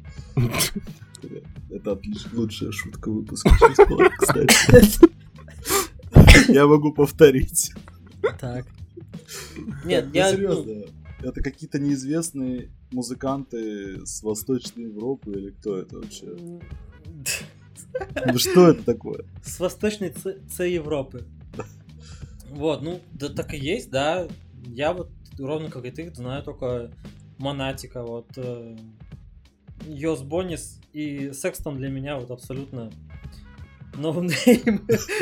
Это отлично. Лучшая шутка выпуска сейчас была, кстати. Я могу повторить. Так. Нет, Ну, я... ну, серьезно. Это какие-то неизвестные музыканты с Восточной Европы или кто это вообще? м, Ну что это такое? С восточной Ц, Ц Европы. Вот, ну, да так и есть, да. Я вот ровно как и ты знаю только Монатика, вот Йос Бонис и Секстон для меня вот абсолютно ноунейм.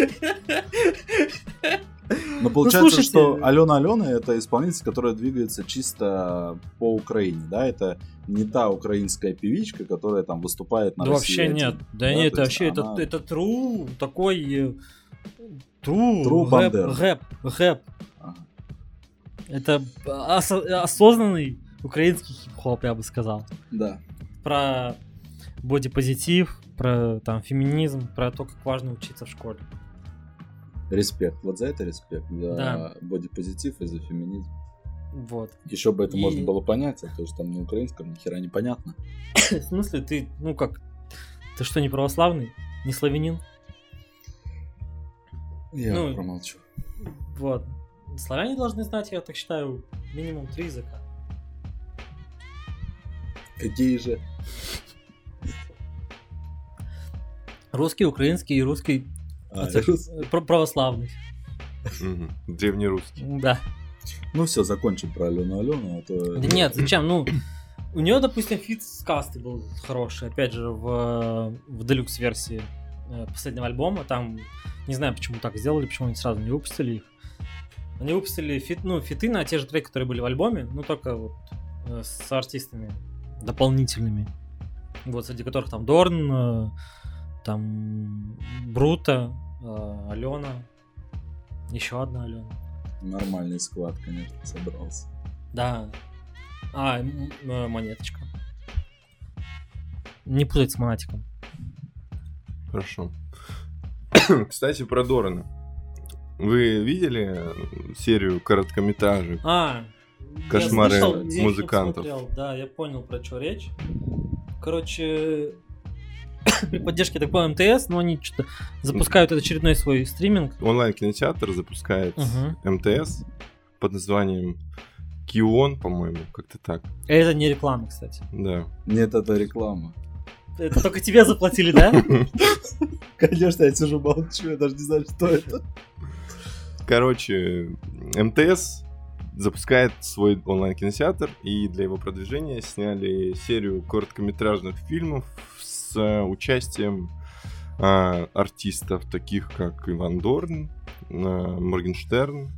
Но получается, что Алена Алена это исполнительница, которая двигается чисто по Украине, да? Это не та украинская певичка, которая там выступает на да России. Вообще нет. Да, да нет, это вообще она... это, это true, такой true, true рэп, рэп, рэп. Ага. Это ос- осознанный украинский хип-хоп, я бы сказал. Да. Про бодипозитив, про там феминизм, про то, как важно учиться в школе. Респект. Вот за это респект. За да. бодипозитив и за феминизм. Вот. Еще бы это и... можно было понять, а то, что там на украинском ни хера непонятно. В смысле, ты, ну как, ты что, не православный? Не славянин? Я ну, промолчу. Вот. Славяне должны знать, я так считаю, минимум три языка. Какие же? Русский, украинский и русский а, рус... православный. Древнерусский. Да. Ну все, закончим про Алену Алену. А то... Да нет, зачем? Ну, у нее, допустим, фит с Кастой был хороший, опять же, в, в делюкс-версии последнего альбома. Там, не знаю, почему так сделали, почему они сразу не выпустили их. Они выпустили фит, ну, фиты на те же треки, которые были в альбоме, ну, только вот с артистами дополнительными. Вот, среди которых там Дорн, там Брута, Алена, еще одна Алена. Нормальный склад, конечно, собрался. Да. А, м- м- Монеточка. Не путать с Монатиком. Хорошо. Кстати, про Дорна. Вы видели серию короткометражек? А, «Кошмары я слышал, музыкантов»? Смотрел. Да, я понял, про что речь. Короче, при поддержке, так понял, МТС, но они что-то запускают очередной свой стриминг. Онлайн-кинотеатр запускает угу. МТС под названием Кион, по-моему, как-то так. Это не реклама, кстати. Да. Нет, это реклама. Это только тебе заплатили, да? Конечно, я сижу молчу, я даже не знаю, что это. Короче, МТС запускает свой онлайн-кинотеатр, и для его продвижения сняли серию короткометражных фильмов с участием а, артистов, таких как Иван Дорн, а, Моргенштерн,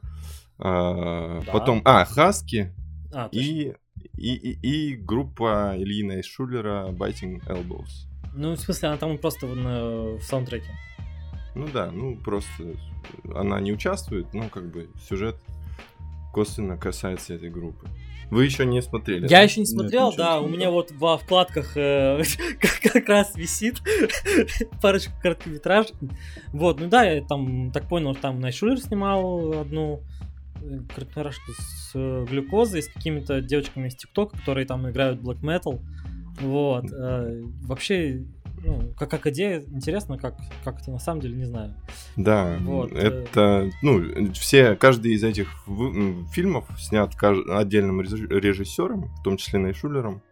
а, да. потом, а, Хаски а, и, и, и, и группа Ильи Найшулера Biting Elbows. Ну, в смысле, она там просто в, в саундтреке. Ну да, ну просто она не участвует, но как бы сюжет косвенно касается этой группы. Вы еще не смотрели? Я да? еще не смотрел, Нет, да, не у меня вот во вкладках э, как раз висит парочку короткометражек. Вот, ну да, я там так понял, там Найшулер снимал одну короткометражку с глюкозой, с какими-то девочками из ТикТока, которые там играют black metal. Вот, э, вообще... Ну, как, как идея, интересно, как, как это на самом деле, не знаю. Да, вот, это, э... ну, все, каждый из этих в, фильмов снят каж... отдельным режиссером, в том числе Найшулером.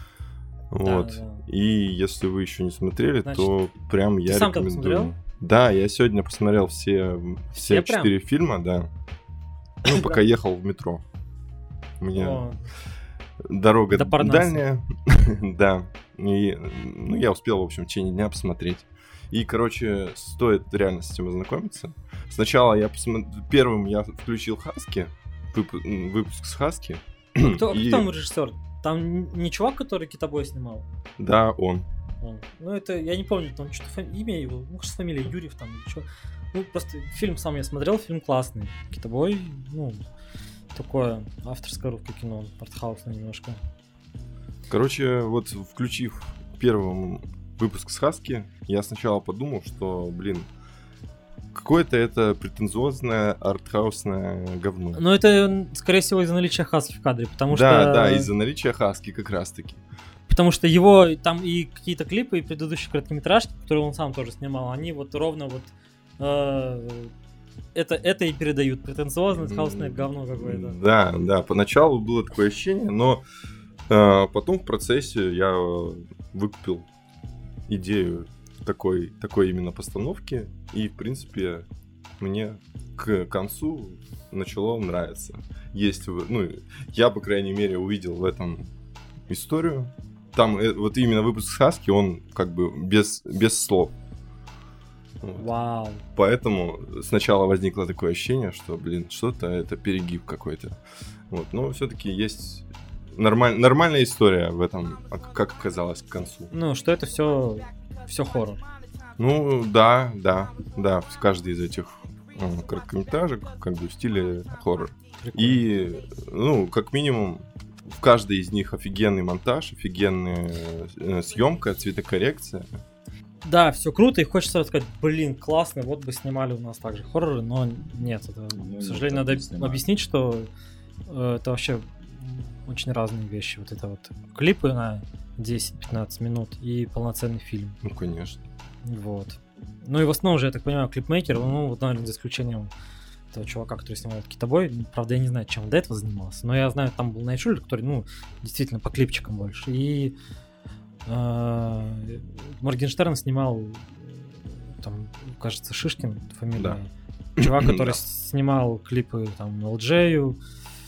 Вот. Да, да. И если вы еще не смотрели, Значит, то прям я ты рекомендую. Сам посмотрел? Да, я сегодня посмотрел все, все, все четыре прям? фильма, да. Ну, пока ехал в метро. У меня... О. Дорога дальняя, да, и ну, я успел, в общем, в течение дня посмотреть. И, короче, стоит реально с этим ознакомиться. Сначала я посмотрел, первым я включил Хаски, вып- выпуск с Хаски. Кто, и... кто там режиссер? Там не чувак, который Китобой снимал? Да, он. он. Ну, это, я не помню, там что-то фами... имя его, ну, что фамилия, Юрьев там или что. Ну, просто фильм сам я смотрел, фильм классный. Китобой, ну... Такое авторское русское кино, артхаусное немножко. Короче, вот включив первый выпуск с Хаски, я сначала подумал, что, блин, какое-то это претенциозное артхаусное говно. Ну, это, скорее всего, из-за наличия Хаски в кадре, потому да, что... Да, да, из-за наличия Хаски как раз-таки. Потому что его, там и какие-то клипы, и предыдущие короткометражки, которые он сам тоже снимал, они вот ровно вот... Э- Это, это и передают. Претенциозность, хаусное говно какое-то. Да, да, поначалу было такое ощущение, но э, потом в процессе я выкупил идею такой, такой именно постановки, и, в принципе, мне к концу начало нравиться. Есть, ну, я, по крайней мере, увидел в этом историю. Там вот именно выпуск сказки, он как бы без, без слов. Вот. Вау. Поэтому сначала возникло такое ощущение, что, блин, что-то это перегиб какой-то. Вот. Но все-таки есть нормаль... нормальная история в этом, как оказалось к концу. Ну, что это все, все хоррор. Ну, да, да, да, каждый из этих ну, короткометражек как бы в стиле хоррор. Прикольно. И, ну, как минимум, в каждой из них офигенный монтаж, офигенная э, съемка, цветокоррекция. Да, все круто, и хочется сказать, блин, классно, вот бы снимали у нас также хорроры, но нет, это, Ну, к сожалению, нет, надо не объяснить, что э, это вообще очень разные вещи. Вот это вот клипы на десять-пятнадцать минут и полноценный фильм. Ну, конечно. Вот. Ну и в основном же, я так понимаю, клипмейкер, ну, вот, наверное, за исключением этого чувака, который снимал Китобой. Правда, я не знаю, чем он до этого занимался, но я знаю, там был Найт Шулер, который, ну, действительно по клипчикам больше. И э, Моргенштерн снимал, там, кажется, Шишкин фамилия. Да. Чувак, который Да. снимал клипы там эл джею,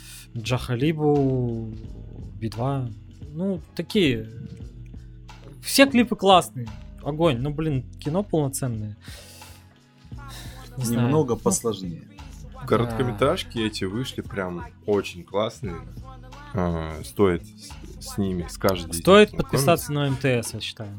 Джахалибу, би два. Ну, такие. Все клипы классные. Огонь. Ну, блин, кино полноценное. Не знаю. Немного Ну, посложнее. Короткометражки эти вышли прям очень классные. А, стоит с, с ними, с каждой из Стоит них подписаться на эм тэ эс, я считаю.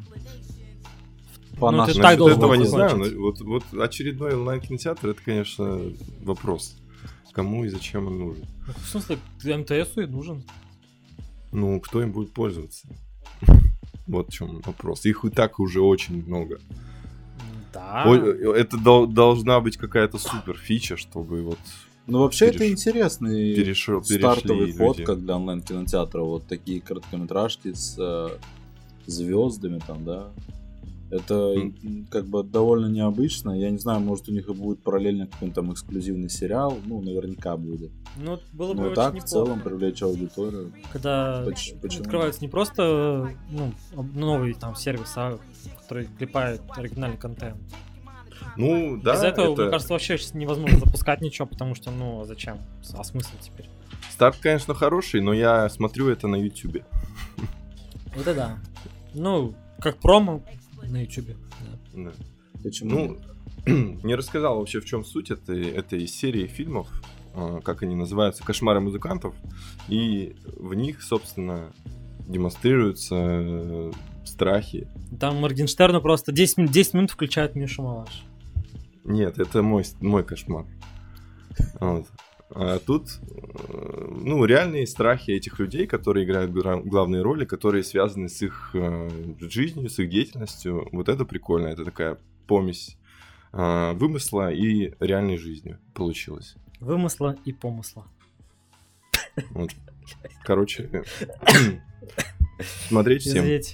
По Ну, нашей это так Насчет должно этого не закончиться. знаю, но вот, вот очередной онлайн-кинотеатр, это, конечно, вопрос. Кому и зачем он нужен? Ну, в смысле, эм тэ эсу и нужен. Ну, кто им будет пользоваться? Вот в чем вопрос. Их и так уже очень много. Да. Ой, это дол- должна быть какая-то супер фича, чтобы вот Ну, вообще, Переш- это интересный перешел, стартовый перешли ход, люди. как для онлайн-кинотеатра. Вот такие короткометражки с э, звездами там, да. Это М. м, как бы довольно необычно. Я не знаю, может, у них и будет параллельно какой-нибудь там эксклюзивный сериал. Ну, наверняка будет. Ну, было бы Но очень так, в неплохо, целом, привлечь аудиторию. когда Поч- почему открывается не просто ну, об- новый там сервис, а который клепает оригинальный контент. Ну, да, Без этого, это... мне кажется, вообще сейчас невозможно запускать ничего, потому что, ну, а зачем? А смысл теперь? Старт, конечно, хороший, но я смотрю это на Ютубе. Вот это да. Ну, как промо на Ютубе. Да. Да. Почему? Ну, не рассказал вообще, в чем суть этой, этой серии фильмов, а, как они называются, «Кошмары музыкантов», и в них, собственно, демонстрируются э, страхи. Там Моргенштерну просто десять минут, десять минут включают Мишу Малаш. Нет, это мой, мой кошмар. Вот. А тут, э, ну, реальные страхи этих людей, которые играют гра- главные роли, которые связаны с их э, жизнью, с их деятельностью. Вот это прикольно. Это такая помесь э, вымысла и реальной жизни получилась. Вымысла и помысла. Вот. Короче, смотреть всем. Извините.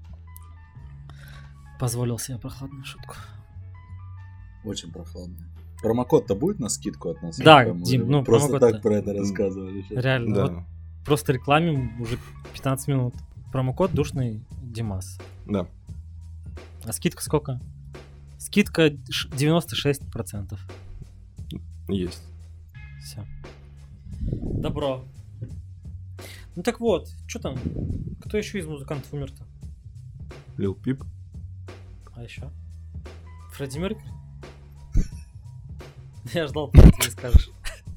Позволил себе прохладную шутку. Очень прохладно. Промокод-то будет на скидку от нас? Да, Или там Дим, мы ну, просто промокод-то. так про это рассказывали. сейчас? Реально. Да, Вот просто рекламим уже пятнадцать минут. Промокод душный Димас. да. А скидка сколько? Скидка ш- девяносто шесть процентов. Есть. Все. Добро. Ну так вот, что там? Кто еще из музыкантов умер-то? Лил Пип. А еще? Фредди Меркьюри? Я ждал, пока ты не скажешь.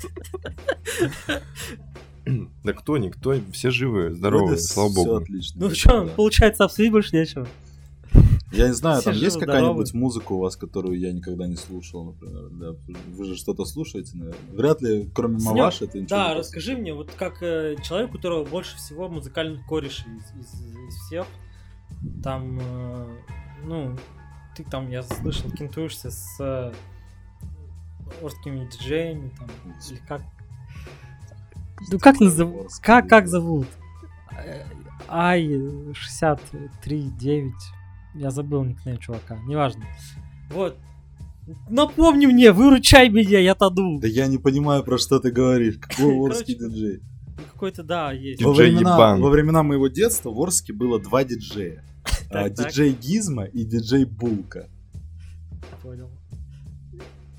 Да кто, никто, все живы, здоровы, Вроде слава всё богу. отлично. Ну Да. что, получается, обсудить больше нечего. Я не знаю, Все там есть живы, какая-нибудь здоровы. музыка у вас, которую я никогда не слушал, например? Да? Вы же что-то слушаете, наверное. Вряд ли, кроме Снёг, Маваши, ты ничего Да, не расскажи мне, вот как э, человек, у которого больше всего музыкальных корешей из, из- из всех, там, э, ну, ты там, я слышал, кентуешься с э, орскими диджеями, там, или как... Ну как назовут? Орские Как, как диджеи. зовут? Э, Ай шестьдесят три девять. Я забыл никнейм чувака, неважно. Вот. Напомни мне, выручай меня, я тону. Да я не понимаю, про что ты говоришь. Какой орский Короче, диджей? Какой-то, да, есть. Диджей Во времена, Ебан. во времена моего детства в Орске было два диджея. А, Так, так. Диджей Гизма и диджей Булка. Понял.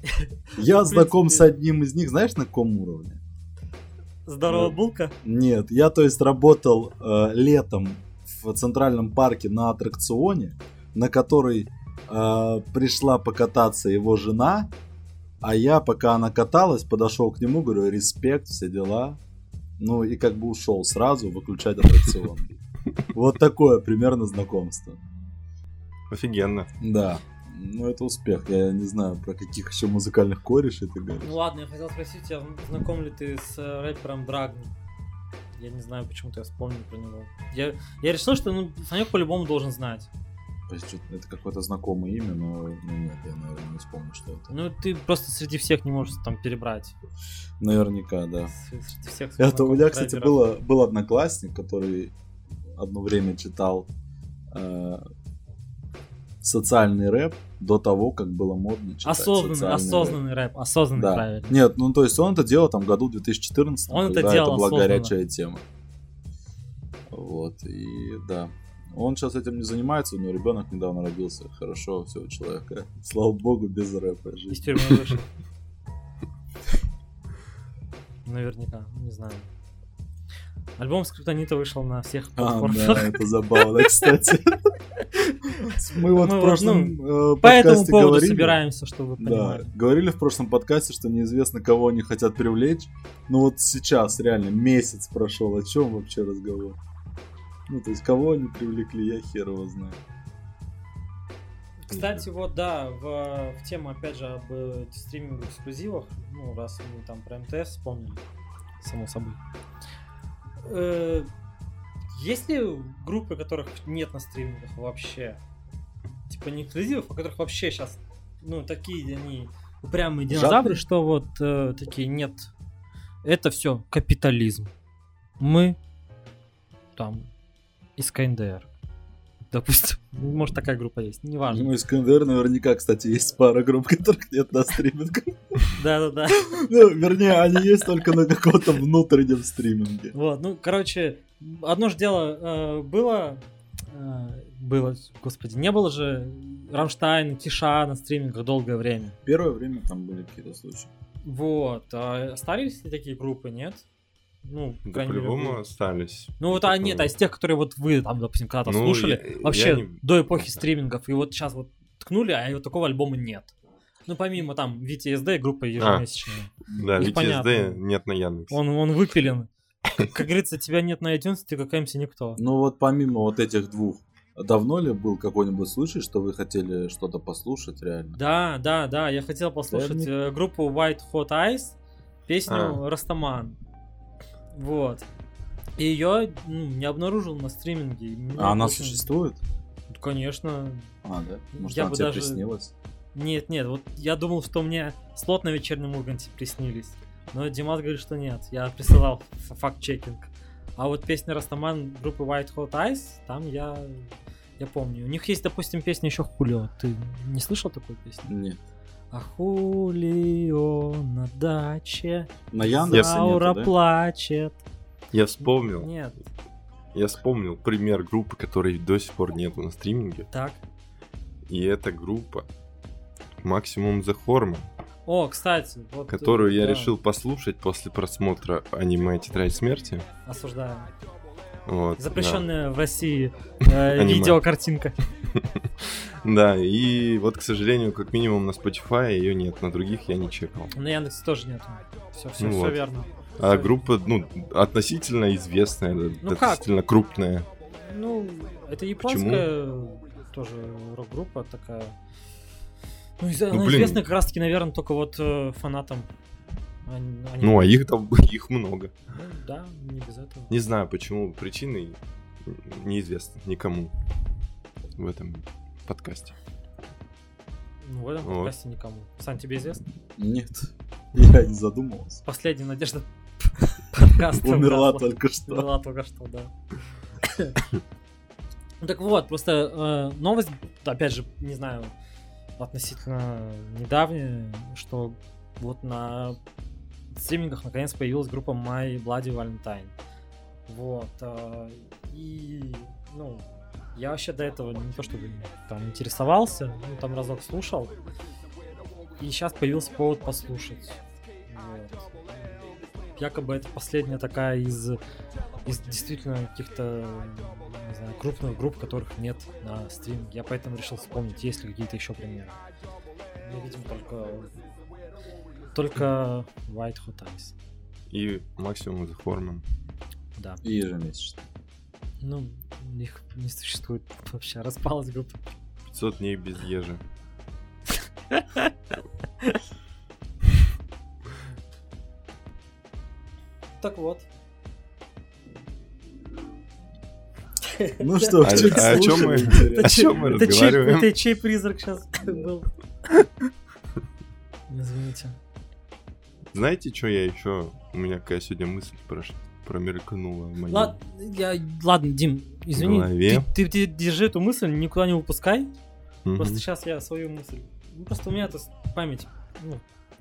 Я В знаком принципе. с одним из них, знаешь, на каком уровне? Здорово, Да. булка. Нет, я, то есть, работал э, летом в Центральном парке на аттракционе, на который э, пришла покататься его жена, а я, пока она каталась, подошел к нему, говорю, респект, все дела. Ну и как бы ушел сразу выключать аттракцион. Вот такое примерно знакомство. Офигенно. Да. Ну это успех. Я не знаю, про каких еще музыкальных корешей ты говоришь. Ну ладно, я хотел спросить тебя, знаком ли ты с э, рэпером Драгни? Я не знаю, почему-то я вспомнил про него. Я, я решил, что ну, Санек по-любому должен знать. То есть что-то- это какое-то знакомое имя, но ну, нет, я, наверное, не вспомню, что это. Ну, ты просто среди всех не можешь там перебрать. Наверняка, да. С- Среди всех Это у меня, знакомых кстати, рэперов. было, был одноклассник, который одно время читал э, социальный рэп до того, как было модно читать Осознанный, социальный осознанный рэп. Осознанный, рэп. Да. правильно. Нет, ну то есть он это делал там в году две тысячи четырнадцатом, Он это когда делал была осознанно. горячая тема. Вот, и да. Он сейчас этим не занимается, у него ребенок недавно родился. Хорошо, все у человека. Слава богу, без рэпа Из жизнь. тюрьмы вышел. Наверняка, не знаю. Альбом Скриптонита вышел на всех А, платформах. да, это забавно, кстати. Мы вот Мы в вот, прошлом э, По этому подкасте поводу говорили. собираемся, чтобы вы Да, понимали. говорили в прошлом подкасте, что неизвестно, кого они хотят привлечь. Ну вот сейчас реально месяц прошел, о чем вообще разговор? Ну то есть кого они привлекли, я хер его знаю. Кстати, вот да, в, в тему, опять же, об э, стриминговых эксклюзивах, ну, раз мы там про МТС вспомнили, само собой. Э, есть ли группы, которых нет на стримингах вообще? Типа не эксклюзивов, а которых вообще сейчас, ну, такие они упрямые динозавры, Жадные? что вот э, такие, нет, это все капитализм. Мы там из КНДР. Допустим, может такая группа есть, неважно. Ну из КНДР наверняка, кстати, есть пара групп, которых нет на стримингах. Да-да-да. Ну, вернее, они есть только на каком-то внутреннем стриминге. Вот, ну, короче, одно же дело э, было, э, было, господи, не было же Рамштайн, Тиша на стримингах долгое время. Первое время там были какие-то случаи. Вот, а остались ли такие группы, нет? Ну, по Да крайней мере, по-любому вы. остались. Ну вот, а нет, а из тех, которые вот вы там, допустим, когда-то Ну, слушали, я- вообще я не- до эпохи Да. стримингов, и вот сейчас вот ткнули, а и вот такого альбома нет. Ну, помимо там ви ти эс ди, группа ежемесячная. Да, Их ви ти эс ди понятно. нет на Яндексе. Он, он выпилен. Как, как говорится, тебя нет на iTunes, ты как эм си никто. Ну вот помимо вот этих двух, давно ли был какой-нибудь случай, что вы хотели что-то послушать реально? Да, да, да, я хотел послушать Да, э, группу White Hot Ice, песню А. Растаман. Вот. И ее ну, не обнаружил на стриминге. и мне А она очень- существует? Ну, конечно. А, да? Может, Я она бы тебе даже- приснилась? Нет, нет, вот я думал, что мне слот на вечернем Урганте приснились. Но Димас говорит, что нет. Я присылал ф- факт-чекинг. А вот песня Растаман группы White Hot Ice, там я... Я помню. У них есть, допустим, песня еще Хулио. Ты не слышал такую песню? Нет. А Хулио на даче, На Яндексе Заура нету, да? плачет. Я вспомнил. Нет, Я вспомнил пример группы, которой до сих пор нету на стриминге. так. И это группа Maximum The Hormone, О, кстати, вот... которую э, я да, решил послушать после просмотра аниме «Тетрадь смерти». Осуждаю. Вот, Запрещенная в России э, Аниме. видеокартинка. Да. Да, и вот, к сожалению, как минимум на Spotify ее нет, на других я не чекал. На Яндексе тоже нету. Все, все, Ну все вот. верно. А Всё группа, ну, относительно известная, да, Ну как? относительно крупная. Ну, это японская тоже рок-группа такая. Ну, из- она блин. известна как раз-таки, наверное, только вот э, фанатам. Они- они- Ну, а их там, их много. Ну, да, не без этого. Не знаю, почему, причины неизвестны никому в этом подкасте. Ну, в этом Вот. подкасте никому. Сань, тебе известно? Нет. Я не задумывался. Последняя надежда подкаста Умерла угасла. только что. Умерла только что, да. Ну, так вот, просто э, новость, опять же, не знаю, относительно недавняя, что вот на стримингах наконец появилась группа My Bloody Valentine. Вот. э, И, ну, я вообще до этого не то чтобы там интересовался, ну, там разок слушал. И сейчас появился повод послушать. Вот. Якобы это последняя такая из, из действительно каких-то, не знаю, крупных групп, которых нет на стриме. Я поэтому решил вспомнить, есть ли какие-то еще примеры. Мы видим только только White Hot Eyes. И максимум The Foreman. Да. И ежемесячно. Ну, их не существует вообще. Распалась группа. пятьсот дней без ежи. Так вот. Ну что, А- кто а о чём мы- слушает? о чём мы Это чей- разговариваем? Это чей призрак сейчас был? Извините. Знаете, что я еще... У меня какая сегодня мысль прош- промелькнула в моей Ладно, я, ладно, Дим, извини, голове. ты, ты- ты держи эту мысль, никуда не выпускай. Мгм. Просто сейчас я свою мысль. Ну, просто у меня эта память ну,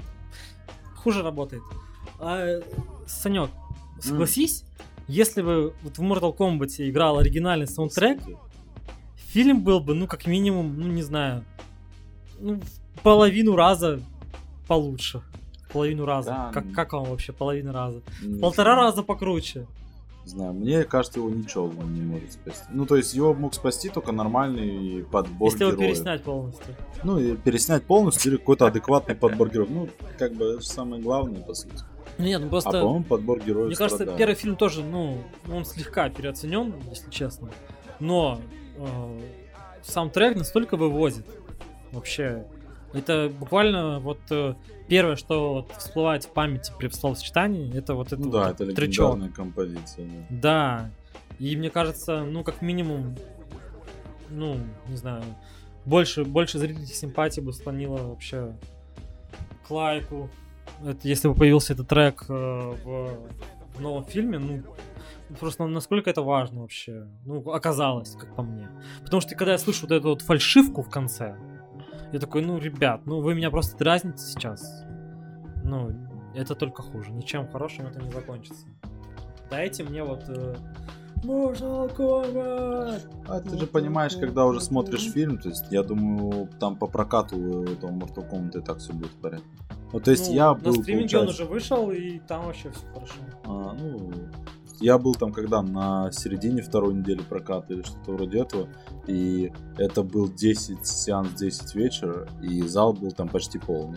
хуже работает. А, Санек, согласись, если бы вот в Mortal Kombat играл оригинальный саундтрек, фильм был бы, ну, как минимум, ну, не знаю, ну, в половину раза получше. В половину раза. Да, как, ну. как вам вообще половина раза? Не Полтора знаю. раза покруче. Не знаю, мне кажется, его ничего он не может спасти. Ну, то есть его мог спасти только нормальный подбор Если его героев. переснять полностью. Ну, и переснять полностью или какой-то адекватный подбор героев. Ну, как бы, это же самое главное, по сути. Ну, нет, ну А, просто... по-моему, подбор героев Мне кажется, страдает. первый фильм тоже, ну, он слегка переоценен, если честно. Но э, сам трек настолько вывозит. Вообще. Это буквально вот э, первое, что вот всплывает в памяти при словосочетании, это вот это Ну да, вот это тречок. легендарная композиция. Да. Да. И мне кажется, ну, как минимум, ну, не знаю, больше, больше зрительских симпатий бы склонило вообще к лайку. Это, если бы появился этот трек э, в, в новом фильме, ну, просто насколько это важно вообще. Ну, оказалось, как по мне. Потому что когда я слышу вот эту вот фальшивку в конце, я такой, ну, ребят, ну, вы меня просто дразните сейчас. Ну, это только хуже. Ничем хорошим это не закончится. Дайте мне вот... Э, Mortal Kombat! А ты же понимаешь, когда уже смотришь фильм, то есть я думаю, там по прокату этого Mortal Kombat и так все будет в порядке. Ну, то есть Ну, я на был, стриминге он получается, уже вышел, и там вообще все хорошо. а, ну, я был там когда на середине второй недели проката или что-то вроде этого, и это был десять сеанс, десять вечера, и зал был там почти полный.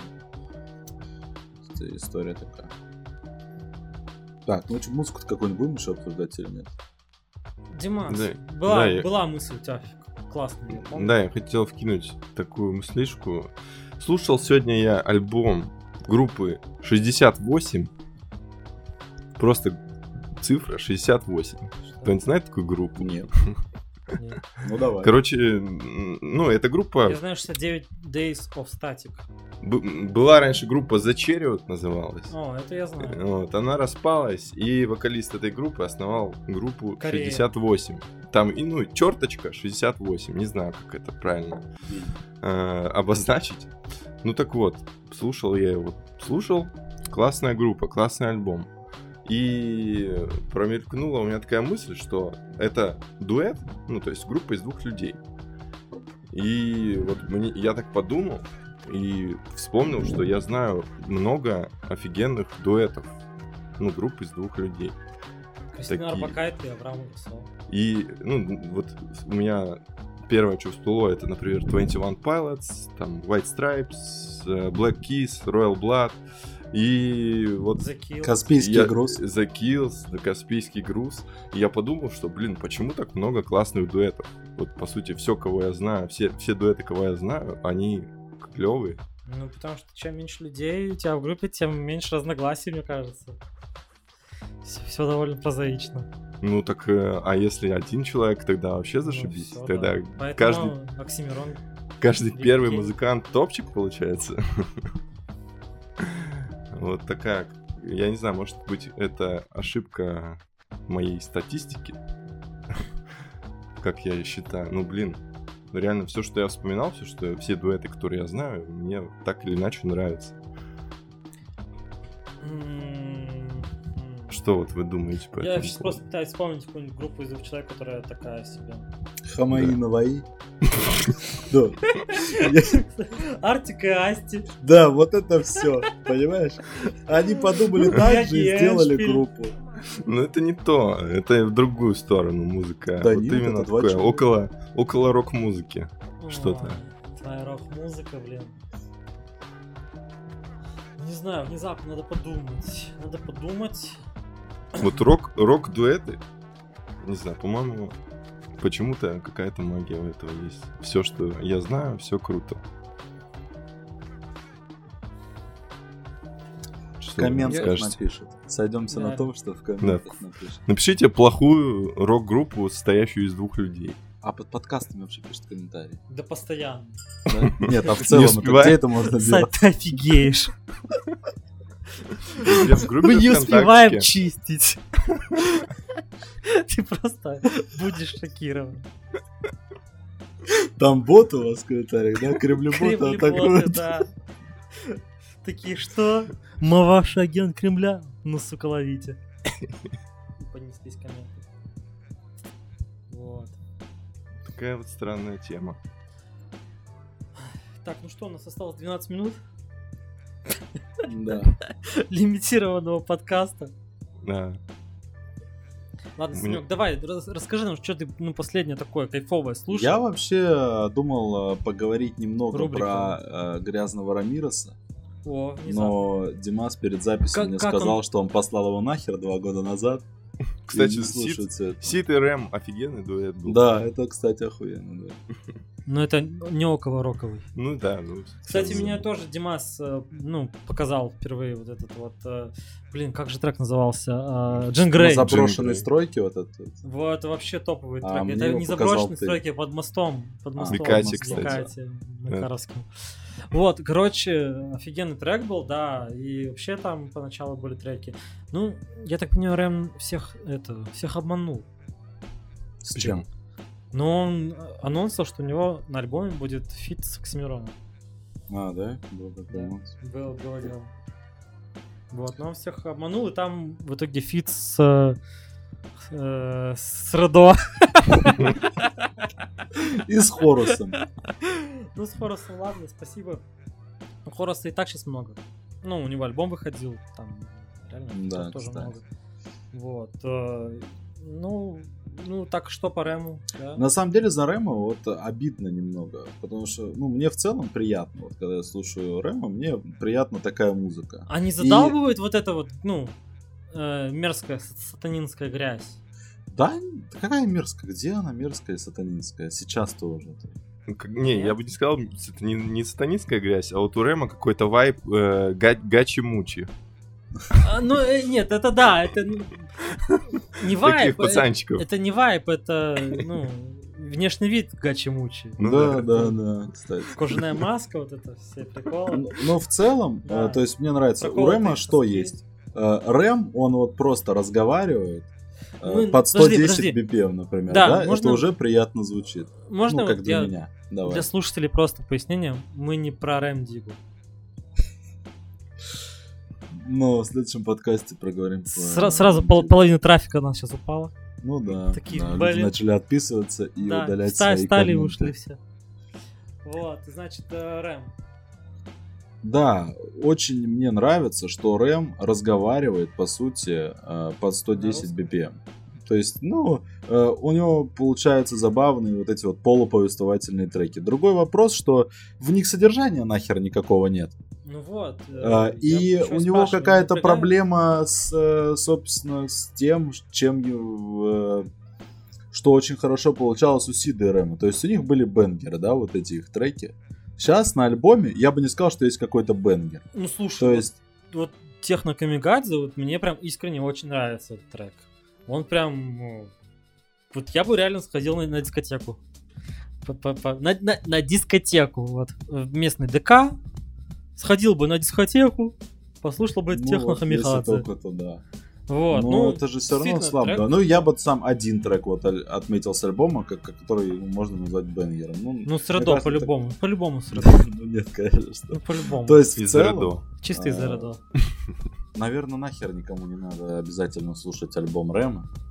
Это история такая. Так, ну что, музыку-то какую-нибудь будем еще обсуждать или нет? Димас, Да, была, да, я- была мысль у тебя классная, я помню. Да, я хотел вкинуть такую мыслишку. Слушал сегодня я альбом группы шестьдесят восемь. Просто цифра шестьдесят восемь. Кто-нибудь знает такую группу? Нет. Нет. Ну давай. Короче, м, ну, эта группа... Я знаю шестьдесят девять Days of Static. б- была раньше группа The Chariot называлась. О, это я знаю. Вот, она распалась, и вокалист этой группы основал группу Корея. шестьдесят восемь. Там, и, ну, черточка шестьдесят восемь. Не знаю, как это правильно э, обозначить. Ну так вот, слушал я его. Слушал. Классная группа, классный альбом. И промелькнула у меня такая мысль, что это дуэт, ну, то есть группа из двух людей. И вот мне, я так подумал и вспомнил, что я знаю много офигенных дуэтов, ну, групп из двух людей. Кристина такие. Орбакайте и Авраам Русо. И, ну, вот у меня первое, что всплыло, это, например, двадцать один Pilots, там, White Stripes, э, Black Keys, Royal Blood. И вот The Kill. Каспийский я- груз. The Kills, The Каспийский груз. И я подумал, что, блин, почему так много классных дуэтов? Вот, по сути, все, кого я знаю, все, все дуэты, кого я знаю, они клевые. Ну, потому что чем меньше людей у тебя в группе, тем меньше разногласий, мне кажется. Все, довольно прозаично. Ну, так, э, а если один человек, тогда вообще Ну, зашибись. всё, Тогда да. Поэтому каждый, Оксимирон. каждый Великий. первый музыкант топчик получается. Вот такая, я не знаю, может быть, это ошибка моей статистики, как я считаю. Ну, блин, реально все, что я вспоминал, все, что все дуэты, которые я знаю, мне так или иначе нравятся. М-м-м. Что вот вы думаете по Я этому сейчас поводу? просто пытаюсь вспомнить какую-нибудь группу из двух человек, которая такая себе. Хамаи Наваи. Да. Артик и Асти. Да, вот это все, понимаешь? Они подумали так же и Я сделали Эшпиль. группу. Ну это не то, это в другую сторону музыка. Да вот нет, именно это два такое, человека. около, около рок-музыки. Что-то. Ой, твоя рок-музыка, блин. Не знаю, внезапно надо подумать. Надо подумать. Вот рок, рок-дуэты, не знаю, по-моему, почему-то какая-то магия у этого есть. Все, что я знаю, все круто. В Что вы комментах скажете? напишут. Сойдемся Да. на том, что в комментах напишут. Напишите плохую рок-группу, состоящую из двух людей. А под подкастами вообще пишут комментарии. Да постоянно. Да? Нет, а в целом, это успеваю. где это можно Сань, делать? ты офигеешь. Я в группе Мы не ВКонтактике. успеваем чистить. Ты просто будешь шокирован. Там бот у вас в комментариях, да? Кремлебота Кремлеботы, атакуют. да. Такие, что? Мы ваш агент Кремля? Ну, сука, ловите. И понеслись комменты. Вот. Такая вот странная тема. Так, ну что, у нас осталось двенадцать минут Да. лимитированного подкаста. Да. Ладно, Мне- Санёк, давай, рас- расскажи нам, что ты, ну, последнее такое кайфовое слушал. Я вообще думал э, поговорить немного Рубрика. про э, грязного Рамиреса, О, внезапно. но Димас перед записью Как- мне как сказал, он- что он послал его нахер два года назад. Кстати, и не Сид, слушает всё это. Сид и Рэм офигенный дуэт был. Да, это, кстати, охуенно, да. Но это не около роковый. Ну да, ну. Кстати, Всё меня забыл. тоже Димас, э, ну, показал впервые вот этот вот, э, блин, как же трек назывался? Э, Джин На Грей. заброшенной Грей. стройке вот этот. вот. Вот, это вообще топовый А, трек. мне Это его не показал заброшенные ты. стройки, а под мостом. Под А, мостом. Бекате, в кстати. Бекате, Да. Макаровским. Вот, короче, офигенный трек был, да, и вообще там поначалу были треки. Ну, я так понимаю, Рэм всех, это, всех обманул. С чем? Но он анонсил, что у него на альбоме будет фит с Оксимироном. А, да? Был такой Да. анонс. Было, было дело. Вот, но он всех обманул, и там в итоге фит с, э, с Родо. И с Хорусом. Ну, с Хоросом, ладно, спасибо. У Хороса и так сейчас много. Ну, у него альбом выходил, там реально Да, там тоже кстати. много. Вот. э, Ну, ну, так что по Рэму, да? На самом деле за Рэма вот обидно немного, потому что, ну, мне в целом приятно, вот когда я слушаю Рэма, мне приятна такая музыка. Они задалбывают вот это вот, ну, э, мерзкая с- сатанинская грязь. Да, какая мерзкая, где она мерзкая и сатанинская? Сейчас тоже. Ну, как- Не, Нет? я бы не сказал, это не, не сатанинская грязь, а вот у Рэма какой-то вайб э, га- гачи-мучи. А, ну, э, нет, это да, это ну, не Таких вайп, э, пацанчиков. это не вайп, это, ну, внешний вид гачи-мучи. Ну да, да. да, да, кстати. Кожаная маска, вот это все приколы. Ну, Но в целом, Да. э, то есть мне нравится, у Проколотые Рэма что соски. есть? Э, Рэм, он вот просто разговаривает э, Ну, под сто подожди, десять подожди. би пи эм, например, Да, да, можно- это уже приятно звучит. Можно Ну, как вот для я меня. Давай. для слушателей просто пояснение, мы не про Рэм Дигу. Но в следующем подкасте проговорим. про- Сра- сразу пол- половина трафика у нас сейчас упала. Ну да, Такие, да, люди блин. начали отписываться и Да, удалять встали, свои встали и комменты. ушли все. Вот, и значит, э, Рэм. Да, очень мне нравится, что Рэм разговаривает, по сути, э, под сто десять би пи эм. То есть, ну, э, у него получаются забавные вот эти вот полуповествовательные треки. Другой вопрос, что в них содержания нахер никакого нет. Ну вот. э, А, я И почему у него спрашиваю, какая-то напрягает? проблема с, э, собственно, с тем, чем, э, что очень хорошо получалось у Сида и Рэма. То есть у них были бенгеры, да, вот эти их треки. Сейчас на альбоме я бы не сказал, что есть какой-то бенгер. Ну слушай, То вот- есть, вот Техно Камикадзе, вот мне прям искренне очень нравится этот трек. Он прям, ну, вот я бы реально сходил на, на дискотеку. По-по-по- На, на- на дискотеку, вот, в местный ДК, сходил бы на дискотеку, послушал бы ну, Техно вот, если Камикадзе. только, то да. Вот, Но ну, это же все равно действительно, слабо. трек- Ну, я бы сам один трек вот аль- отметил с альбома, как, как- который можно назвать бенгером. Ну, Ну, с мне Редо, кажется, по-любому, по-любому с Редо. так- Ну, нет, конечно. Ну, по-любому. То есть, в Из целом, Редо. Чисто из-за а, Редо. наверное, нахер никому не надо обязательно слушать альбом Рэма.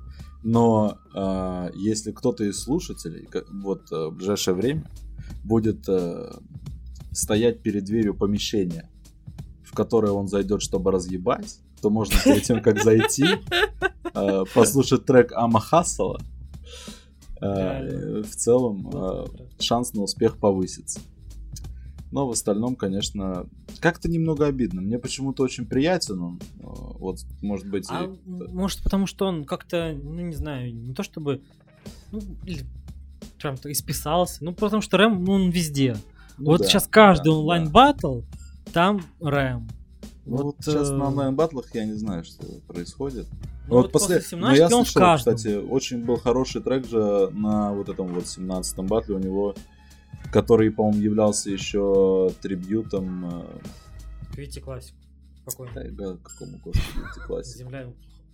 Но э, если кто-то из слушателей как- вот э, в ближайшее время будет э, стоять перед дверью помещения, в которое он зайдет, чтобы разъебать, то можно перед тем, как зайти, э, послушать трек Ама Хассела. Э, Реально. в целом Вот э, это. шанс на успех повысится. Но в остальном, конечно, как-то немного обидно. Мне почему-то очень приятен он. э, Вот, может быть, А и- может, потому что он как-то, ну не знаю, не то чтобы, ну, или прям так исписался, ну потому что Рэм, ну он везде. ну вот да, сейчас каждый да, онлайн да. батл, там Рэм. Ну вот сейчас э, на онлайн-баттлах я не знаю, что происходит. ну, вот вот после... после Но я семнадцати он в слышал, каждом. кстати, очень был хороший трек же на вот этом вот семнадцатом батле у него, который, по-моему, являлся еще трибьютом... э, Видите классику. Спокойно. да, да, какому господи, эти классики. Земля.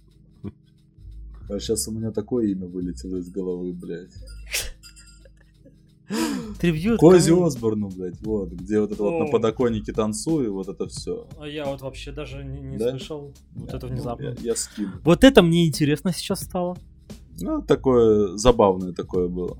А сейчас у меня такое имя вылетело из головы, блядь. Трибьют. Кози кому? Осборну, блядь, вот, где вот это вот на О. подоконнике танцую, вот это все. А я вот вообще даже не, не Да? слышал вот это внезапно. Я, я скину. Вот это мне интересно сейчас стало. Ну, такое забавное такое было.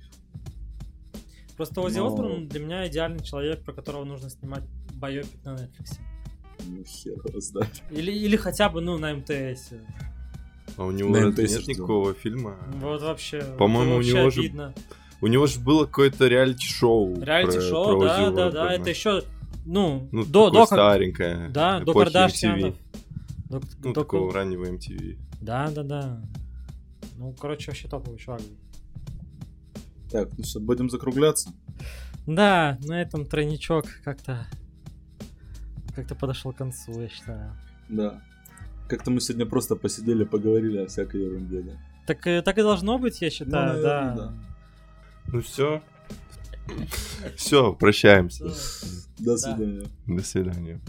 Просто Оззи Но- Осборн для меня идеальный человек, про которого нужно снимать байопик на Netflix. Ну, хер его знает. Или, или хотя бы, ну, на МТС. А у него На разве МТС нет ждём. никакого фильма? Вот вообще. По-моему, это у вообще него же обидно. У него же было какое-то реалити-шоу. Реалити-шоу, про- про да, Оззи да, да. Осборна. Это еще, ну, Ну, до, такое до, как- старенькое. да, до эпохи Кардашьянов. эм ти ви. До- Ну, до- такого раннего эм ти ви. Да, да, да. Ну, короче, вообще топовый чувак. Так, ну что, будем закругляться? Да, на этом тройничок как-то как-то подошел к концу, я считаю. Да. Как-то мы сегодня просто посидели, поговорили о всякой ерунде, да? Так, э, так и должно быть, я считаю, Ну, да. наверное, Ну все. Все, прощаемся. До свидания. До свидания.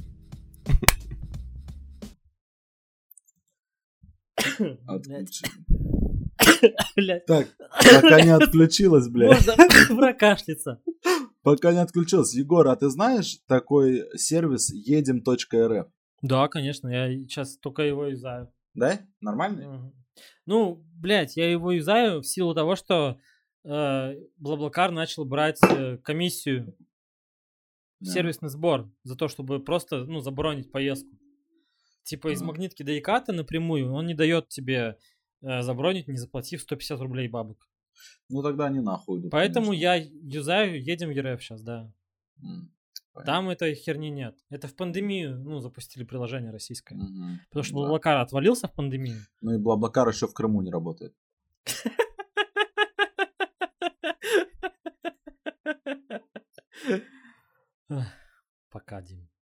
Отключи. Блядь, Так, пока не отключилась, блядь. можно прокашляться. Пока не отключилась. Егор, а ты знаешь такой сервис едем точка эр эф? Да, конечно, я сейчас только его юзаю. Да? Нормальный? Мгм. Ну, блядь, я его юзаю в силу того, что э, Блаблакар начал брать э, комиссию в Да. сервисный сбор за то, чтобы просто, ну, забронить поездку. Типа из Ага. Магнитки до Иката напрямую он не дает тебе э, забронить, не заплатив сто пятьдесят рублей бабок. Ну тогда они нахуй идут. Поэтому конечно. я юзаю едем ЕРФ сейчас, да. М, понятно. Там этой херни нет. Это в пандемию, ну, запустили приложение российское. Мгм. Потому что Да. Блаблакар отвалился в пандемию. Ну и Блаблакар еще в Крыму не работает. Ах, пока, Дим.